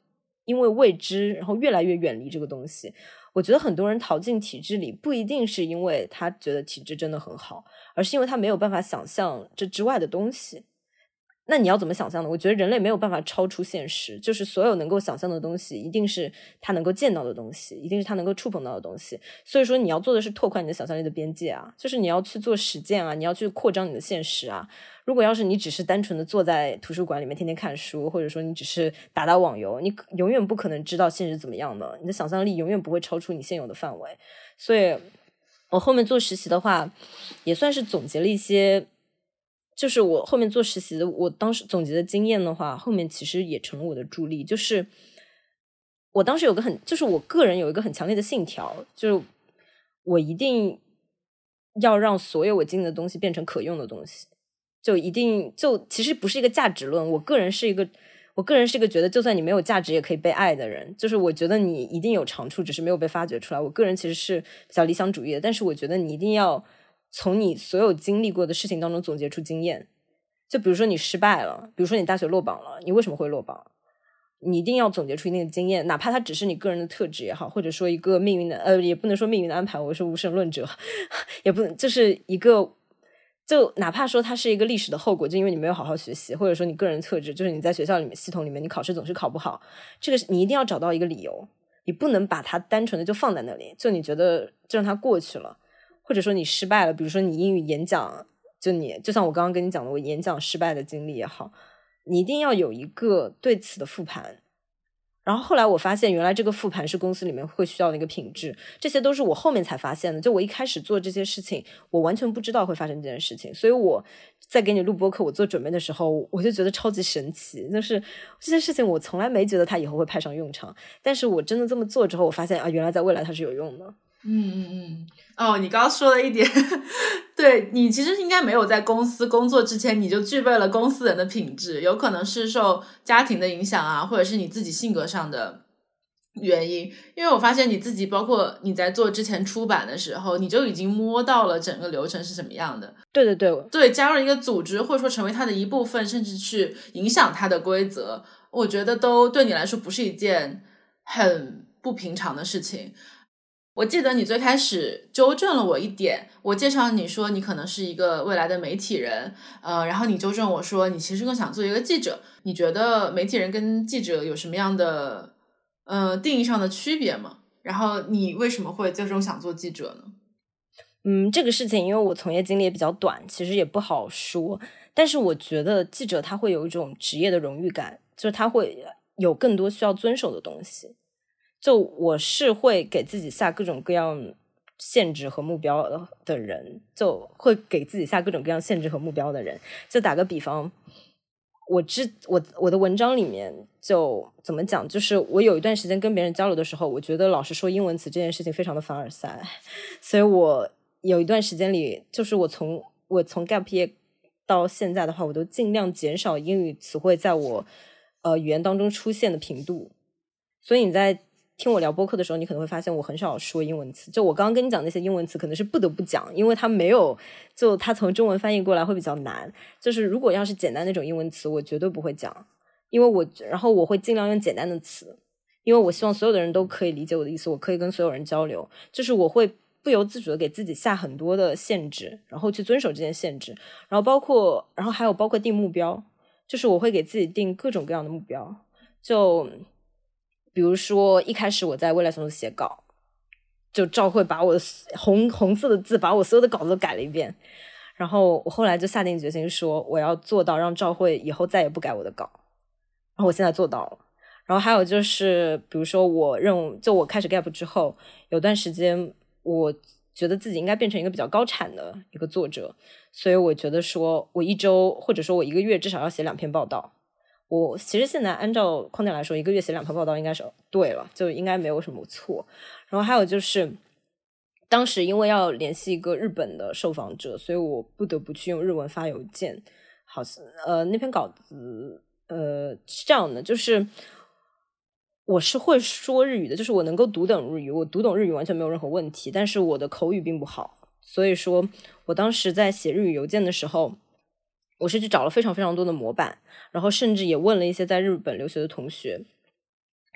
因为未知然后越来越远离这个东西。我觉得很多人逃进体制里不一定是因为他觉得体制真的很好，而是因为他没有办法想象这之外的东西。那你要怎么想象呢？我觉得人类没有办法超出现实，就是所有能够想象的东西一定是他能够见到的东西，一定是他能够触碰到的东西。所以说你要做的是拓宽你的想象力的边界啊，就是你要去做实践啊，你要去扩张你的现实啊。如果要是你只是单纯的坐在图书馆里面天天看书，或者说你只是打打网游，你永远不可能知道现实怎么样的，你的想象力永远不会超出你现有的范围。所以我后面做实习的话也算是总结了一些，就是我后面做实习的我当时总结的经验的话，后面其实也成了我的助力。就是我当时有个就是我个人有一个很强烈的信条，就是我一定要让所有我经历的东西变成可用的东西，就一定就其实不是一个价值论，我个人是一个觉得就算你没有价值也可以被爱的人，就是我觉得你一定有长处，只是没有被发掘出来。我个人其实是比较理想主义的，但是我觉得你一定要从你所有经历过的事情当中总结出经验。就比如说你失败了，比如说你大学落榜了，你为什么会落榜？你一定要总结出一定的经验，哪怕它只是你个人的特质也好，或者说一个命运的也不能说命运的安排，我是无神论者，也不就是一个，就哪怕说它是一个历史的后果，就因为你没有好好学习，或者说你个人特质，就是你在学校里面系统里面你考试总是考不好，这个你一定要找到一个理由，你不能把它单纯的就放在那里，就你觉得就让它过去了。或者说你失败了，比如说你英语演讲，就像我刚刚跟你讲的我演讲失败的经历也好，你一定要有一个对此的复盘。然后后来我发现原来这个复盘是公司里面会需要的一个品质，这些都是我后面才发现的，就我一开始做这些事情我完全不知道会发生这件事情，所以我在给你录播课我做准备的时候我就觉得超级神奇，就是这些事情我从来没觉得它以后会派上用场，但是我真的这么做之后我发现啊，原来在未来它是有用的。 哦，你刚刚说了一点对，你其实应该没有在公司工作之前你就具备了公司人的品质，有可能是受家庭的影响啊，或者是你自己性格上的原因。因为我发现你自己包括你在做之前出版的时候，你就已经摸到了整个流程是什么样的。 对， 加入一个组织或者说成为它的一部分，甚至去影响它的规则，我觉得都对你来说不是一件很不平常的事情。我记得你最开始纠正了我一点，我介绍你说你可能是一个未来的媒体人，然后你纠正我说你其实更想做一个记者。你觉得媒体人跟记者有什么样的定义上的区别吗？然后你为什么会最终想做记者呢？ 这个事情因为我从业经历也比较短，其实也不好说，但是我觉得记者他会有一种职业的荣誉感，就是他会有更多需要遵守的东西。就我是会给自己下各种各样限制和目标的人，就会给自己下各种各样限制和目标的人。就打个比方，我的文章里面就怎么讲，就是我有一段时间跟别人交流的时候，我觉得老师说英文词这件事情非常的凡尔赛，所以我有一段时间里，就是我从 gap year 到现在的话，我都尽量减少英语词汇在我语言当中出现的频度。所以你在听我聊播客的时候，你可能会发现我很少说英文词，就我刚刚跟你讲那些英文词可能是不得不讲，因为它没有，就它从中文翻译过来会比较难，就是如果要是简单那种英文词我绝对不会讲，因为然后我会尽量用简单的词，因为我希望所有的人都可以理解我的意思，我可以跟所有人交流，就是我会不由自主的给自己下很多的限制，然后去遵守这件限制，然后还有包括定目标，就是我会给自己定各种各样的目标，就比如说一开始我在未来松写稿，就赵慧把我的红色的字把我所有的稿子都改了一遍，然后我后来就下定决心说我要做到让赵慧以后再也不改我的稿，然后我现在做到了。然后还有就是比如说我开始 gap 之后有段时间我觉得自己应该变成一个比较高产的一个作者，所以我觉得说我一周或者说我一个月至少要写2篇报道，我其实现在按照框架来说一个月写2篇报道应该是对了，就应该没有什么错。然后还有就是当时因为要联系一个日本的受访者，所以我不得不去用日文发邮件，好像那篇稿子是这样的，就是我是会说日语的，就是我能够读懂日语，我读懂日语完全没有任何问题，但是我的口语并不好，所以说我当时在写日语邮件的时候，我是去找了非常非常多的模板，然后甚至也问了一些在日本留学的同学，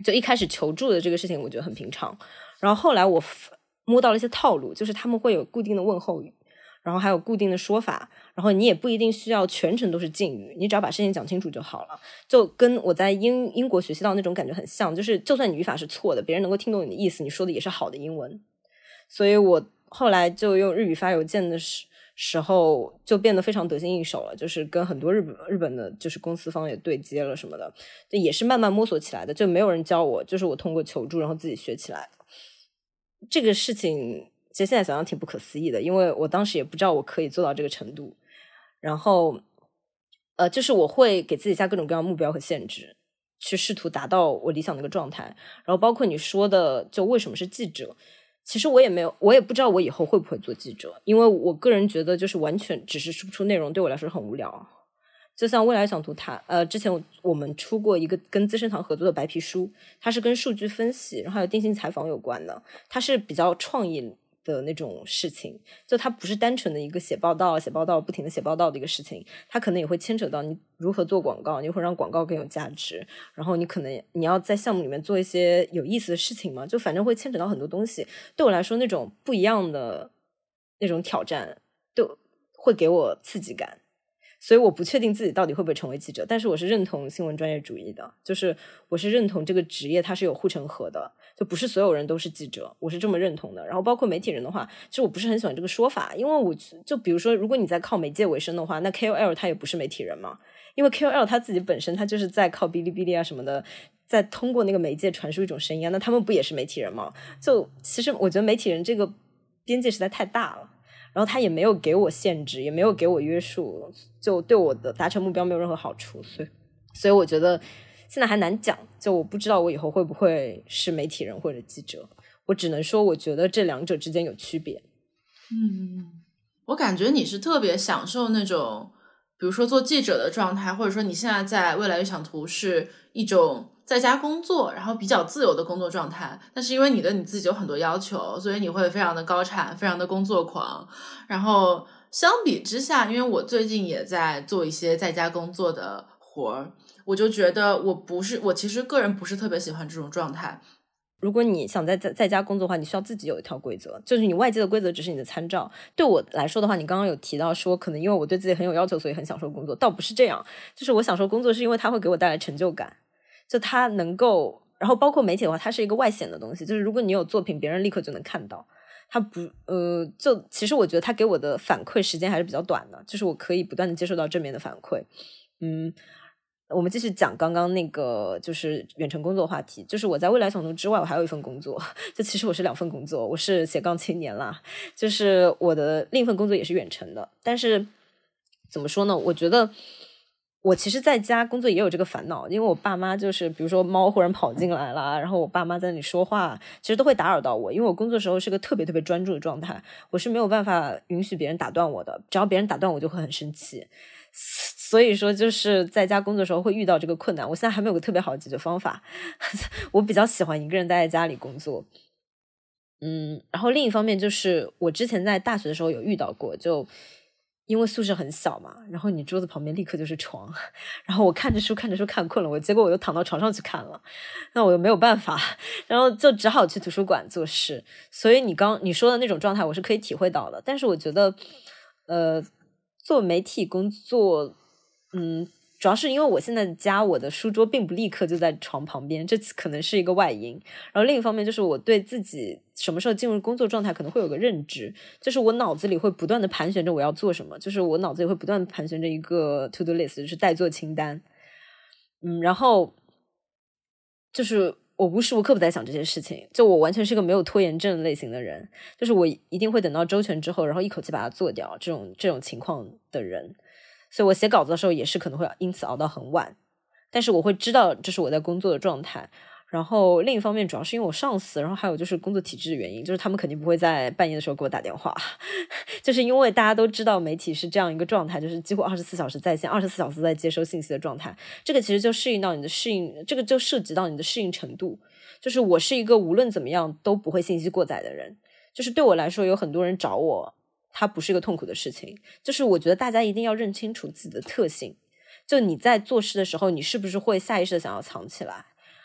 就一开始求助的这个事情我觉得很平常，然后后来我摸到了一些套路，就是他们会有固定的问候语，然后还有固定的说法，然后你也不一定需要全程都是敬语，你只要把事情讲清楚就好了，就跟我在英国学习到那种感觉很像，就是就算你语法是错的，别人能够听懂你的意思，你说的也是好的英文。所以我后来就用日语发邮件的时候就变得非常得心应手了，就是跟很多日本的就是公司方也对接了什么的，就也是慢慢摸索起来的，就没有人教我，就是我通过求助然后自己学起来。这个事情其实现在想想挺不可思议的，因为我当时也不知道我可以做到这个程度。然后就是我会给自己下各种各样的目标和限制，去试图达到我理想的一个状态。然后包括你说的就为什么是记者，其实我也不知道我以后会不会做记者，因为我个人觉得就是完全只是输出内容对我来说很无聊。就像未来想图之前我们出过一个跟资生堂合作的白皮书，它是跟数据分析然后还有定性采访有关的，它是比较创意的那种事情，就它不是单纯的一个写报道不停的写报道的一个事情，它可能也会牵扯到你如何做广告，你会让广告更有价值，然后你要在项目里面做一些有意思的事情嘛，就反正会牵扯到很多东西。对我来说那种不一样的那种挑战都会给我刺激感，所以我不确定自己到底会不会成为记者，但是我是认同新闻专业主义的，就是我是认同这个职业它是有护城河的，就不是所有人都是记者，我是这么认同的。然后包括媒体人的话，其实我不是很喜欢这个说法，因为我就比如说如果你在靠媒介为生的话，那 KOL 他也不是媒体人嘛，因为 KOL 他自己本身他就是在靠哔哩哔哩啊什么的在通过那个媒介传输一种声音啊，那他们不也是媒体人吗？就其实我觉得媒体人这个边界实在太大了，然后他也没有给我限制，也没有给我约束，就对我的达成目标没有任何好处，所以我觉得现在还难讲，就我不知道我以后会不会是媒体人或者记者，我只能说我觉得这两者之间有区别。 我感觉你是特别享受那种比如说做记者的状态，或者说你现在在未来预想图是一种在家工作然后比较自由的工作状态，但是因为你自己有很多要求，所以你会非常的高产，非常的工作狂。然后相比之下，因为我最近也在做一些在家工作的活儿，我就觉得我其实个人不是特别喜欢这种状态。 如果你想在家工作的话，你需要自己有一套规则，就是你外界的规则只是你的参照。对我来说的话，你刚刚有提到说可能因为我对自己很有要求，所以很享受工作，倒不是这样，就是我享受工作是因为它会给我带来成就感，就它能够，然后包括媒体的话，它是一个外显的东西，就是如果你有作品，别人立刻就能看到。它不就其实我觉得它给我的反馈时间还是比较短的，就是我可以不断的接受到正面的反馈。我们继续讲刚刚那个就是远程工作话题，就是我在未来想图之外我还有一份工作，就其实我是2份工作，我是斜杠青年啦，就是我的另一份工作也是远程的，但是怎么说呢，我觉得我其实在家工作也有这个烦恼，因为我爸妈就是比如说猫忽然跑进来了，然后我爸妈在那里说话，其实都会打扰到我，因为我工作时候是个特别特别专注的状态，我是没有办法允许别人打断我的，只要别人打断我就会很生气，所以说就是在家工作的时候会遇到这个困难，我现在还没有个特别好的解决方法我比较喜欢一个人待在家里工作。然后另一方面就是我之前在大学的时候有遇到过，就因为宿舍很小嘛，然后你桌子旁边立刻就是床，然后我看着书看困了，结果我又躺到床上去看了，那我又没有办法，然后就只好去图书馆做事。所以你说的那种状态我是可以体会到的，但是我觉得做媒体工作主要是因为我现在家我的书桌并不立刻就在床旁边，这可能是一个外因。然后另一方面就是我对自己什么时候进入工作状态可能会有个认知，就是我脑子里会不断的盘旋着我要做什么，就是我脑子里会不断的盘旋着一个 to do list， 就是待做清单。然后就是我无时无刻不在想这些事情，就我完全是个没有拖延症类型的人，就是我一定会等到周全之后然后一口气把它做掉，这种情况的人。所以我写稿子的时候也是可能会因此熬到很晚，但是我会知道这是我在工作的状态。然后另一方面主要是因为我上司，然后还有就是工作体制的原因，就是他们肯定不会在半夜的时候给我打电话就是因为大家都知道媒体是这样一个状态，就是几乎24小时在线，24小时在接收信息的状态，这个其实就这个就涉及到你的适应程度。就是我是一个无论怎么样都不会信息过载的人，就是对我来说有很多人找我它不是一个痛苦的事情，就是我觉得大家一定要认清楚自己的特性，就你在做事的时候你是不是会下意识的想要藏起来，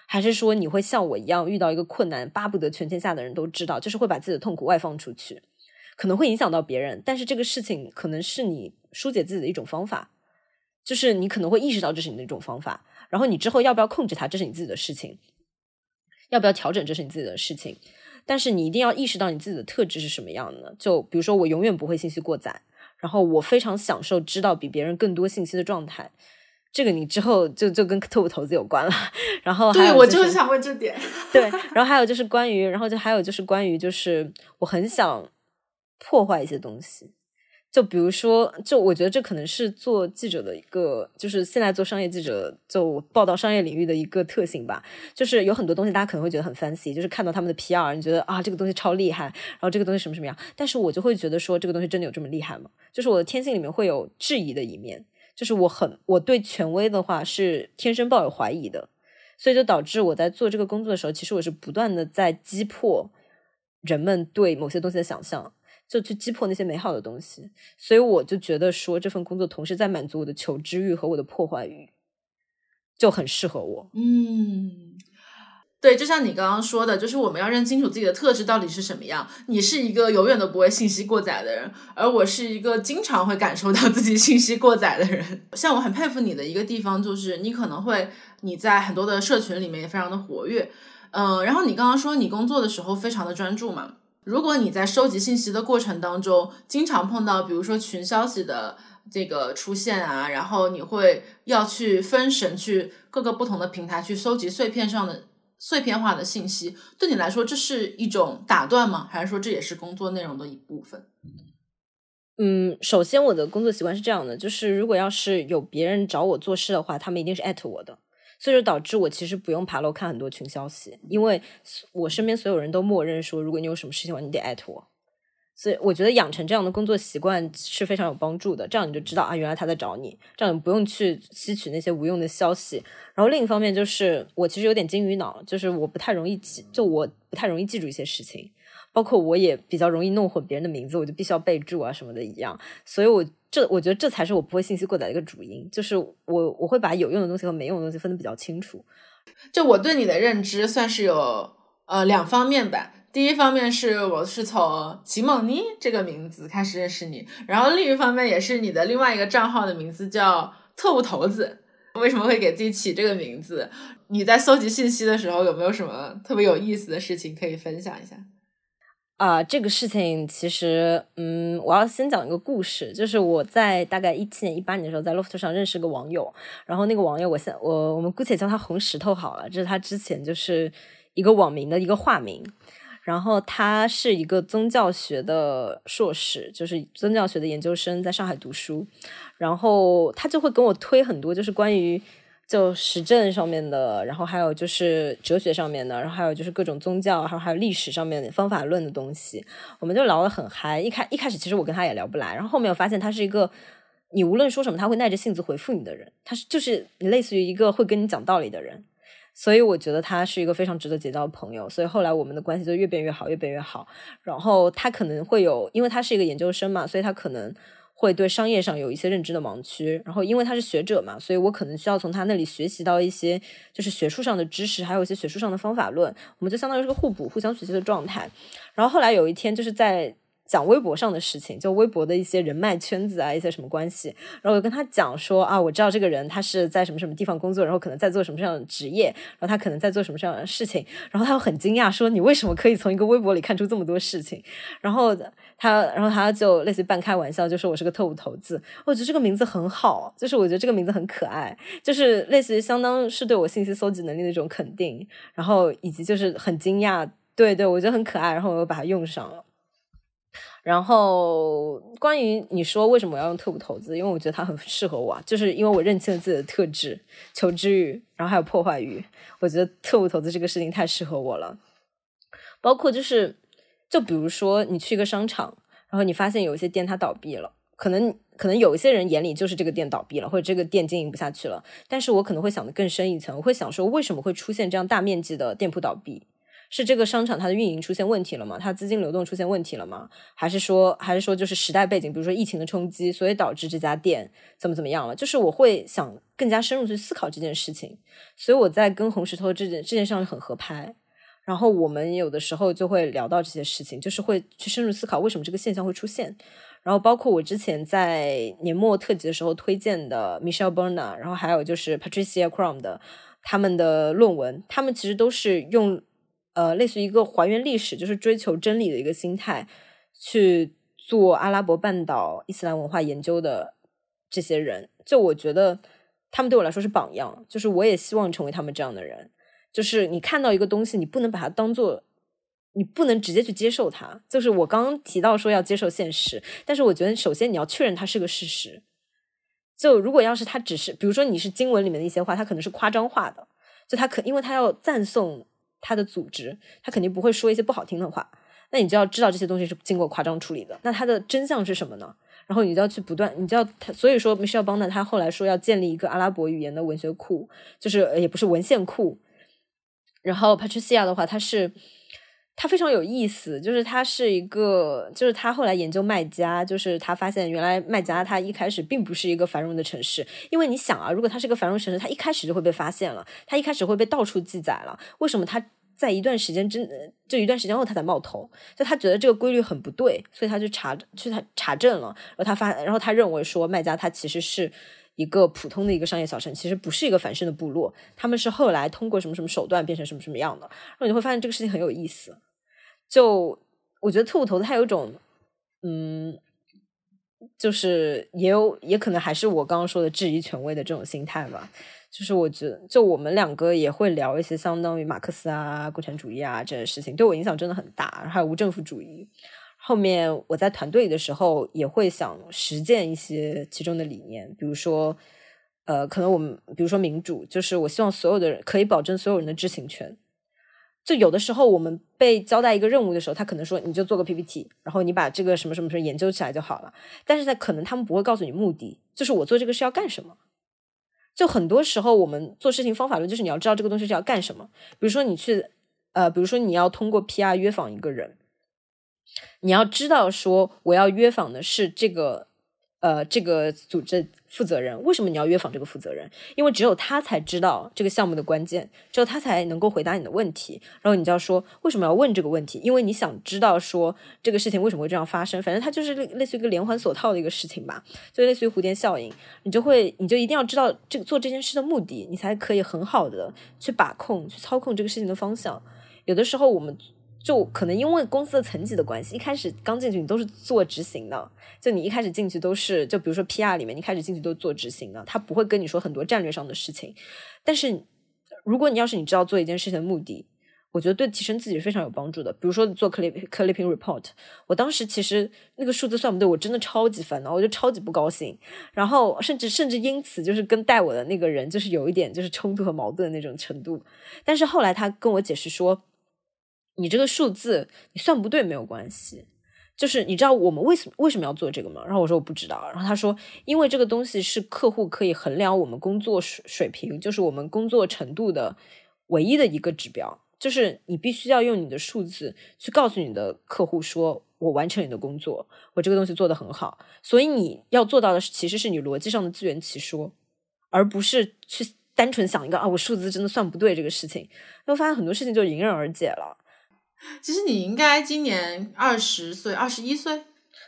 还是说你会像我一样遇到一个困难，巴不得全天下的人都知道，就是会把自己的痛苦外放出去，可能会影响到别人，但是这个事情可能是你疏解自己的一种方法，就是你可能会意识到这是你的一种方法，然后你之后要不要控制它，这是你自己的事情，要不要调整，这是你自己的事情，但是你一定要意识到你自己的特质是什么样的。就比如说我永远不会信息过载，然后我非常享受知道比别人更多信息的状态，这个你之后就跟特务头子有关了。然后还有、 对，我就是想问这点。 对，然后还有就是关于，就是我很想破坏一些东西。就比如说，就我觉得这可能是做记者的一个，就是现在做商业记者就报道商业领域的一个特性吧。就是有很多东西大家可能会觉得很 fancy， 就是看到他们的 PR 你觉得啊这个东西超厉害，然后这个东西什么什么样，但是我就会觉得说这个东西真的有这么厉害吗？就是我的天性里面会有质疑的一面，就是我对权威的话是天生抱有怀疑的，所以就导致我在做这个工作的时候，其实我是不断的在击破人们对某些东西的想象，就去击破那些美好的东西。所以我就觉得说这份工作同时在满足我的求知欲和我的破坏欲，就很适合我。 对，就像你刚刚说的，就是我们要认清楚自己的特质到底是什么样。你是一个永远都不会信息过载的人，而我是一个经常会感受到自己信息过载的人。像我很佩服你的一个地方，就是你可能会你在很多的社群里面也非常的活跃，然后你刚刚说你工作的时候非常的专注嘛。如果你在收集信息的过程当中经常碰到比如说群消息的这个出现啊，然后你会要去分神去各个不同的平台去收集碎片化的信息，对你来说这是一种打断吗？还是说这也是工作内容的一部分？ 首先我的工作习惯是这样的，就是如果要是有别人找我做事的话，他们一定是艾特我的，所以就导致我其实不用爬楼看很多群消息，因为我身边所有人都默认说如果你有什么事情的话你得艾特我，所以我觉得养成这样的工作习惯是非常有帮助的，这样你就知道啊原来他在找你，这样你不用去吸取那些无用的消息。然后另一方面就是我其实有点金鱼脑，就是我不太容易记住一些事情，包括我也比较容易弄混别人的名字，我就必须要备注啊什么的一样，所以我觉得这才是我不会信息过载的一个主因，就是我会把有用的东西和没用的东西分得比较清楚。 就我对你的认知算是有两方面吧。第一方面是我是从齐梦妮这个名字开始认识你，然后另一方面也是你的另外一个账号的名字叫特务头子。为什么会给自己起这个名字？你在搜集信息的时候有没有什么特别有意思的事情可以分享一下？ 这个事情其实我要先讲一个故事，就是我在大概17年18年的时候在 Loft 上认识个网友，然后那个网友我们姑且叫他红石头好了，这是他之前就是一个网名的一个化名，然后他是一个宗教学的硕士，就是宗教学的研究生，在上海读书，然后他就会跟我推很多就是关于就时政上面的，然后还有就是哲学上面的，然后还有就是各种宗教，然后还有历史上面的方法论的东西，我们就聊得很嗨。一开始其实我跟他也聊不来，然后后面我发现他是一个你无论说什么他会耐着性子回复你的人，他就是类似于一个会跟你讲道理的人，所以我觉得他是一个非常值得结交的朋友，所以后来我们的关系就越变越好，越变越好。然后他可能会有，因为他是一个研究生嘛，所以他可能会对商业上有一些认知的盲区，然后因为他是学者嘛，所以我可能需要从他那里学习到一些就是学术上的知识，还有一些学术上的方法论，我们就相当于是个互补互相学习的状态。然后后来有一天就是在讲微博上的事情，就微博的一些人脉圈子啊，一些什么关系，然后我跟他讲说啊，我知道这个人他是在什么什么地方工作，然后可能在做什么这样的职业，然后他可能在做什么这样的事情，然后他又很惊讶说你为什么可以从一个微博里看出这么多事情，然后他就类似于半开玩笑就说我是个特务头子，我觉得这个名字很好，就是我觉得这个名字很可爱，就是类似于相当是对我信息搜集能力的一种肯定，然后以及就是很惊讶，对对，我觉得很可爱，然后我又把它用上了。然后关于你说为什么我要用特务头子，因为我觉得它很适合我，就是因为我认清了自己的特质，求知欲，然后还有破坏欲，我觉得特务头子这个事情太适合我了。包括就比如说你去一个商场，然后你发现有一些店它倒闭了，可能有一些人眼里就是这个店倒闭了，或者这个店经营不下去了，但是我可能会想得更深一层，我会想说为什么会出现这样大面积的店铺倒闭， 是这个商场它的运营出现问题了吗？它资金流动出现问题了吗？还是说就是时代背景，比如说疫情的冲击，所以导致这家店怎么样了？就是我会想更加深入去思考这件事情，所以我在跟红石头这件事上很合拍。然后我们有的时候就会聊到这些事情，就是会去深入思考为什么这个现象会出现。然后包括我之前在年末特辑的时候推荐的 Michelle Berner， 然后还有就是 Patricia Crum 的他们的论文，他们其实都是用类似于一个还原历史，就是追求真理的一个心态去做阿拉伯半岛伊斯兰文化研究的这些人。就我觉得他们对我来说是榜样，就是我也希望成为他们这样的人。就是你看到一个东西，你不能把它当做，你不能直接去接受它。就是我刚刚提到说要接受现实，但是我觉得首先你要确认它是个事实。就如果要是它只是，比如说你是经文里面的一些话，它可能是夸张化的，就因为它要赞颂它的组织，它肯定不会说一些不好听的话。那你就要知道这些东西是经过夸张处理的，那它的真相是什么呢？然后你就要去不断，你就要，所以说 Michelle Berner 他后来说要建立一个阿拉伯语言的文学库，就是也不是文献库。然后 Patricia 的话，他非常有意思，就是他是一个，就是他后来研究麦加，就是他发现原来麦加他一开始并不是一个繁荣的城市。因为你想啊，如果它是一个繁荣城市，它一开始就会被发现了，它一开始会被到处记载了，为什么它在一段时间后他才冒头？就他觉得这个规律很不对，所以他去查证了，然后他认为说麦加它其实是一个普通的一个商业小城，其实不是一个繁盛的部落，他们是后来通过什么什么手段变成什么什么样的。然后你会发现这个事情很有意思。就我觉得特务头子他有一种就是也可能还是我刚刚说的质疑权威的这种心态吧。就是我觉得就我们两个也会聊一些相当于马克思啊、共产主义啊这些事情，对我影响真的很大。还有无政府主义，后面我在团队里的时候也会想实践一些其中的理念，比如说可能比如说民主，就是我希望所有的人可以保证所有人的知情权。就有的时候我们被交代一个任务的时候，他可能说你就做个 PPT， 然后你把这个什么什么什么研究起来就好了，但是可能他们不会告诉你目的，就是我做这个是要干什么。就很多时候我们做事情方法论就是你要知道这个东西是要干什么。比如说比如说你要通过 PR 约访一个人，你要知道说我要约访的是这个组织负责人。为什么你要约访这个负责人？因为只有他才知道这个项目的关键，只有他才能够回答你的问题。然后你就要说为什么要问这个问题，因为你想知道说这个事情为什么会这样发生。反正它就是类似于一个连环锁套的一个事情吧，就类似于蝴蝶效应。你就一定要知道做这件事的目的，你才可以很好的去把控去操控这个事情的方向。有的时候我们就可能因为公司的层级的关系，一开始刚进去你都是做执行的，就你一开始进去都是，就比如说 PR 里面，你开始进去都是做执行的，他不会跟你说很多战略上的事情。但是如果你知道做一件事情的目的，我觉得对提升自己是非常有帮助的。比如说做 clipping report， 我当时其实那个数字算不对，我真的超级烦恼，我就超级不高兴，然后甚至因此就是跟带我的那个人就是有一点就是冲突和矛盾的那种程度。但是后来他跟我解释说，你这个数字你算不对没有关系，就是你知道我们为什么要做这个吗？然后我说我不知道。然后他说因为这个东西是客户可以衡量我们工作水平，就是我们工作程度的唯一的一个指标，就是你必须要用你的数字去告诉你的客户说我完成你的工作，我这个东西做得很好。所以你要做到的其实是你逻辑上的自圆其说，而不是去单纯想一个我数字真的算不对这个事情。然后发现很多事情就迎刃而解了。 其实你应该今年20岁21岁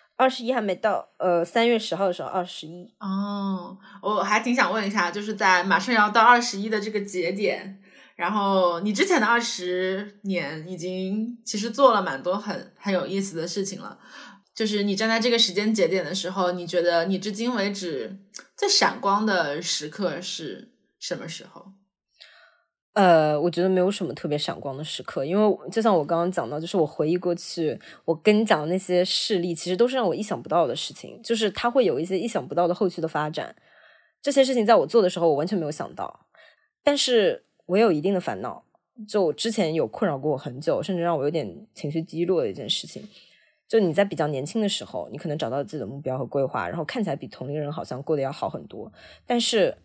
21还没到，3月10号的时候21。 哦，我还挺想问一下，就是在马上要到21的这个节点，然后你之前的20年已经其实做了蛮多很有意思的事情了，就是你站在这个时间节点的时候，你觉得你至今为止最闪光的时刻是什么时候？ 我觉得没有什么特别闪光的时刻，因为就像我刚刚讲到，就是我回忆过去，我跟你讲的那些事例，其实都是让我意想不到的事情，就是它会有一些意想不到的后续的发展。这些事情在我做的时候，我完全没有想到，但是我有一定的烦恼，就之前有困扰过我很久，甚至让我有点情绪低落的一件事情。就你在比较年轻的时候，你可能找到自己的目标和规划，然后看起来比同龄人好像过得要好很多，但是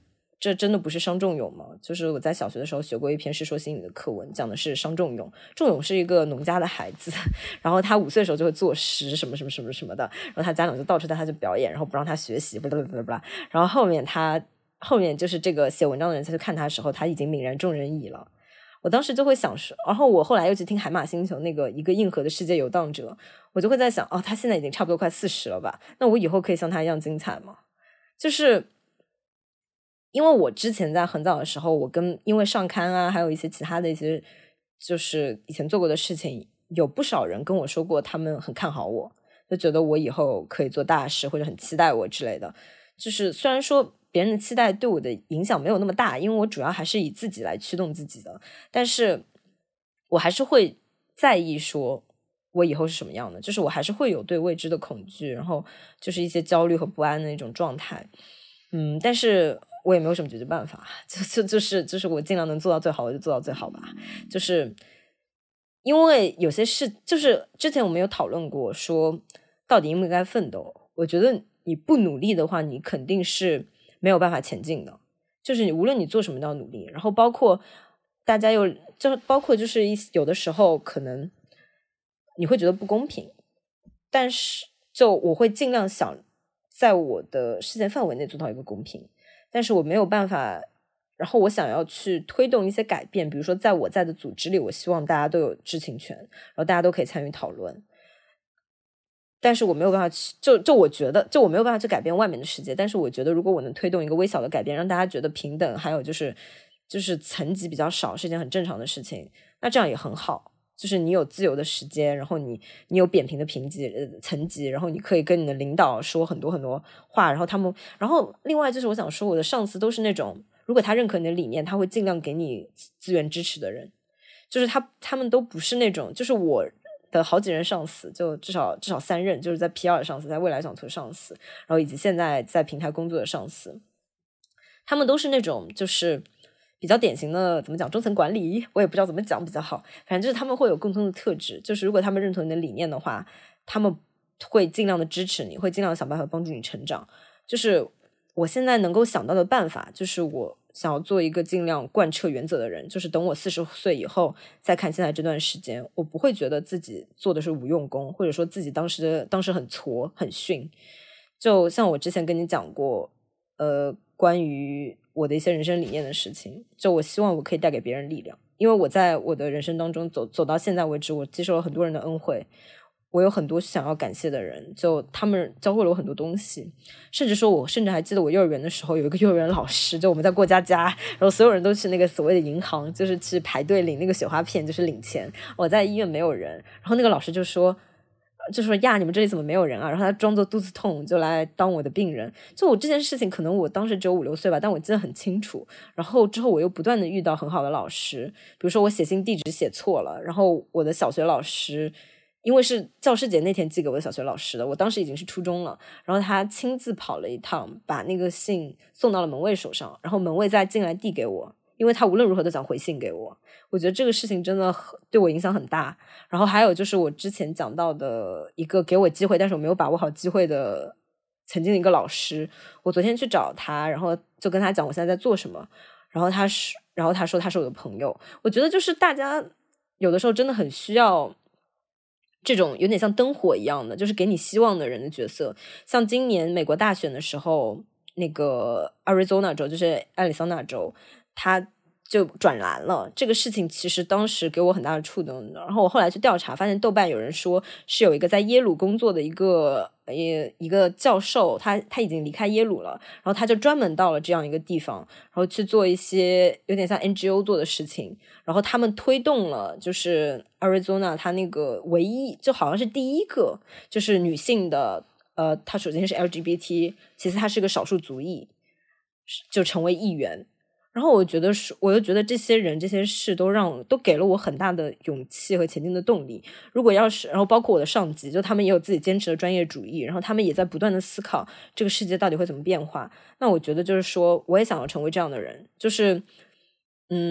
这真的不是商仲永吗？就是我在小学的时候学过一篇《世说新语》的课文，讲的是商仲永。仲永是一个农家的孩子，然后他5岁的时候就会作诗，什么什么什么什么的，然后他家长就到处带他去表演，然后不让他学习，不啦不啦不啦。然后后面就是这个写文章的人才去看他的时候，他已经泯然众人矣了。我当时就会想说，然后我后来又去听海马星球那个一个硬核的世界游荡者，我就会在想，他现在已经差不多快40了吧？那我以后可以像他一样精彩吗？就是因为我之前在很早的时候，我因为上刊啊，还有一些其他的一些就是以前做过的事情，有不少人跟我说过他们很看好我，就觉得我以后可以做大事，或者很期待我之类的。就是虽然说别人的期待对我的影响没有那么大，因为我主要还是以自己来驱动自己的，但是我还是会在意说我以后是什么样的，就是我还是会有对未知的恐惧，然后就是一些焦虑和不安的那种状态。但是我也没有什么解决办法，就是我尽量能做到最好，我就做到最好吧。就是因为有些事，就是之前我们有讨论过，说到底应不应该奋斗。我觉得你不努力的话，你肯定是没有办法前进的。就是你无论你做什么都要努力，然后包括大家包括就是有的时候可能你会觉得不公平，但是就我会尽量想在我的视线范围内做到一个公平，但是我没有办法。然后我想要去推动一些改变，比如说在我在的组织里，我希望大家都有知情权，然后大家都可以参与讨论。但是我没有办法去，我觉得，我没有办法去改变外面的世界。但是我觉得，如果我能推动一个微小的改变，让大家觉得平等，还有就是层级比较少，是一件很正常的事情，那这样也很好。就是你有自由的时间，然后你有扁平的层级，然后你可以跟你的领导说很多很多话，然后另外就是我想说，我的上司都是那种，如果他认可你的理念，他会尽量给你资源支持的人。就是他们都不是那种，就是我的好几任上司，就至少3任，就是在 PR 的上司，在未来小图上司，然后以及现在在平台工作的上司，他们都是那种就是比较典型的，怎么讲，中层管理，我也不知道怎么讲比较好，反正就是他们会有共同的特质，就是如果他们认同你的理念的话，他们会尽量的支持你，会尽量想办法帮助你成长。就是我现在能够想到的办法，就是我想要做一个尽量贯彻原则的人，就是等我40岁以后再看现在这段时间，我不会觉得自己做的是无用功，或者说自己当时很挫很逊。就像我之前跟你讲过关于我的一些人生理念的事情，就我希望我可以带给别人力量，因为我在我的人生当中走到现在为止，我接受了很多人的恩惠，我有很多想要感谢的人，就他们教会了我很多东西，甚至说我甚至还记得我幼儿园的时候有一个幼儿园老师，就我们在过家家，然后所有人都去那个所谓的银行，就是去排队领那个雪花片，就是领钱，我在医院没有人，然后那个老师就说呀，你们这里怎么没有人啊？然后他装作肚子痛就来当我的病人。就我这件事情，可能我当时只有5、6岁吧，但我记得很清楚。然后之后我又不断的遇到很好的老师，比如说我写信地址写错了，然后我的小学老师，因为是教师节那天寄给我的小学老师的，我当时已经是初中了，然后他亲自跑了一趟，把那个信送到了门卫手上，然后门卫再进来递给我，因为他无论如何都想回信给我。我觉得这个事情真的对我影响很大。然后还有就是我之前讲到的一个给我机会但是我没有把握好机会的曾经的一个老师，我昨天去找他，然后就跟他讲我现在在做什么，然后他说他是我的朋友。我觉得就是大家有的时候真的很需要这种有点像灯火一样的，就是给你希望的人的角色。像今年美国大选的时候，那个 Arizona 州，就是亚利桑那州，他就转蓝了，这个事情其实当时给我很大的触动。然后我后来去调查，发现豆瓣有人说是有一个在耶鲁工作的一个教授，他已经离开耶鲁了，然后他就专门到了这样一个地方，然后去做一些有点像 NGO 做的事情，然后他们推动了就是 Arizona 他那个唯一就好像是第一个就是女性的他首先是 LGBT， 其次他是个少数族裔，就成为议员。然后我就觉得这些人这些事都给了我很大的勇气和前进的动力。如果然后包括我的上级，就他们也有自己坚持的专业主义，然后他们也在不断的思考这个世界到底会怎么变化。那我觉得就是说我也想要成为这样的人，就是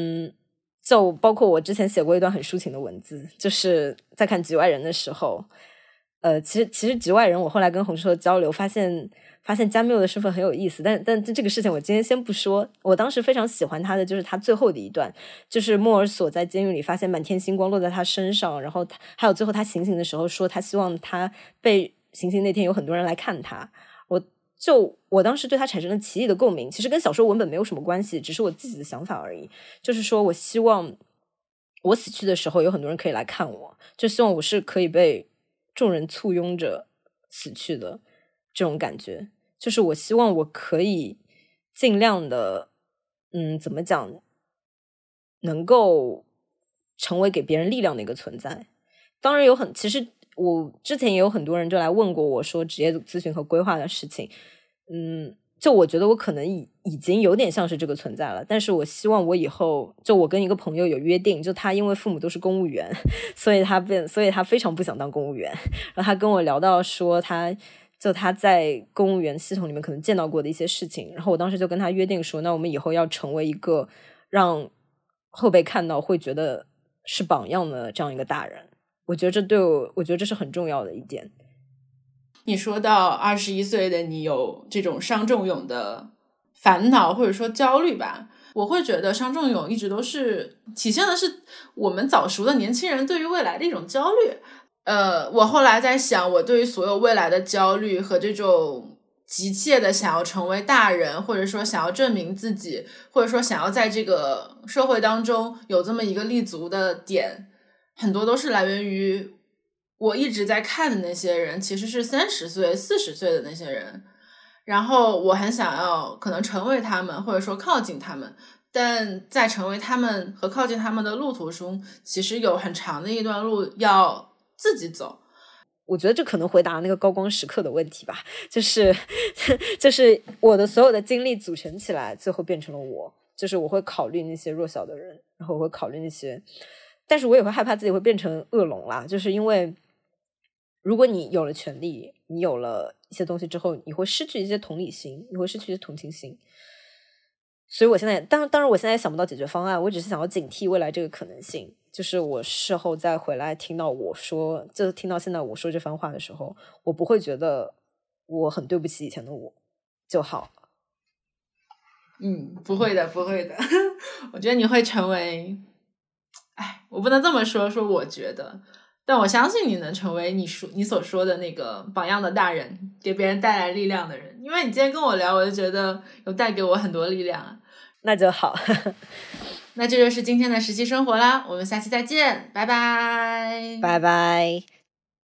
就包括我之前写过一段很抒情的文字，就是在看《局外人》的时候， 其实局外人，我后来跟洪硕交流，发现加缪的身份很有意思，但这个事情我今天先不说。我当时非常喜欢他的就是他最后的一段，就是莫尔索在监狱里发现满天星光落在他身上，然后还有最后他行刑的时候说他希望他被行刑那天有很多人来看他。我当时对他产生了奇异的共鸣，其实跟小说文本没有什么关系，只是我自己的想法而已。就是说我希望我死去的时候有很多人可以来看我，就希望我是可以被众人簇拥着死去的这种感觉。就是我希望我可以尽量的怎么讲，能够成为给别人力量的一个存在。当然其实我之前也有很多人就来问过我说职业咨询和规划的事情，就我觉得我可能已经有点像是这个存在了，但是我希望我以后，就我跟一个朋友有约定，就他因为父母都是公务员，所以他非常不想当公务员。然后他跟我聊到说他在公务员系统里面可能见到过的一些事情，然后我当时就跟他约定说，那我们以后要成为一个让后辈看到会觉得是榜样的这样一个大人。我觉得这是很重要的一点。 你说到21岁的你有这种伤仲永的烦恼或者说焦虑吧，我会觉得伤仲永一直都是体现的是我们早熟的年轻人对于未来的一种焦虑。我后来在想，我对于所有未来的焦虑和这种急切的想要成为大人，或者说想要证明自己，或者说想要在这个社会当中有这么一个立足的点，很多都是来源于我一直在看的那些人其实是30岁40岁的那些人，然后我很想要可能成为他们，或者说靠近他们，但在成为他们和靠近他们的路途中，其实有很长的一段路要自己走。 我觉得这可能回答那个高光时刻的问题吧，就是我的所有的经历组成起来，最后变成了我，就是我会考虑那些弱小的人，然后我会考虑那些，但是我也会害怕自己会变成恶龙啦，就是因为如果你有了权利，你有了一些东西之后，你会失去一些同理心，你会失去一些同情心。所以我现在当然我现在想不到解决方案，我只是想要警惕未来这个可能性，就是我事后再回来听到现在我说这番话的时候，我不会觉得我很对不起以前的我就好了。 不会的我觉得你会成为，我不能这么说我觉得，但我相信你能成为你所说的那个榜样的大人，给别人带来力量的人。因为你今天跟我聊，我就觉得有带给我很多力量啊。 那就好。 那这就是今天的实习生活啦，我们下期再见，拜拜。 拜拜。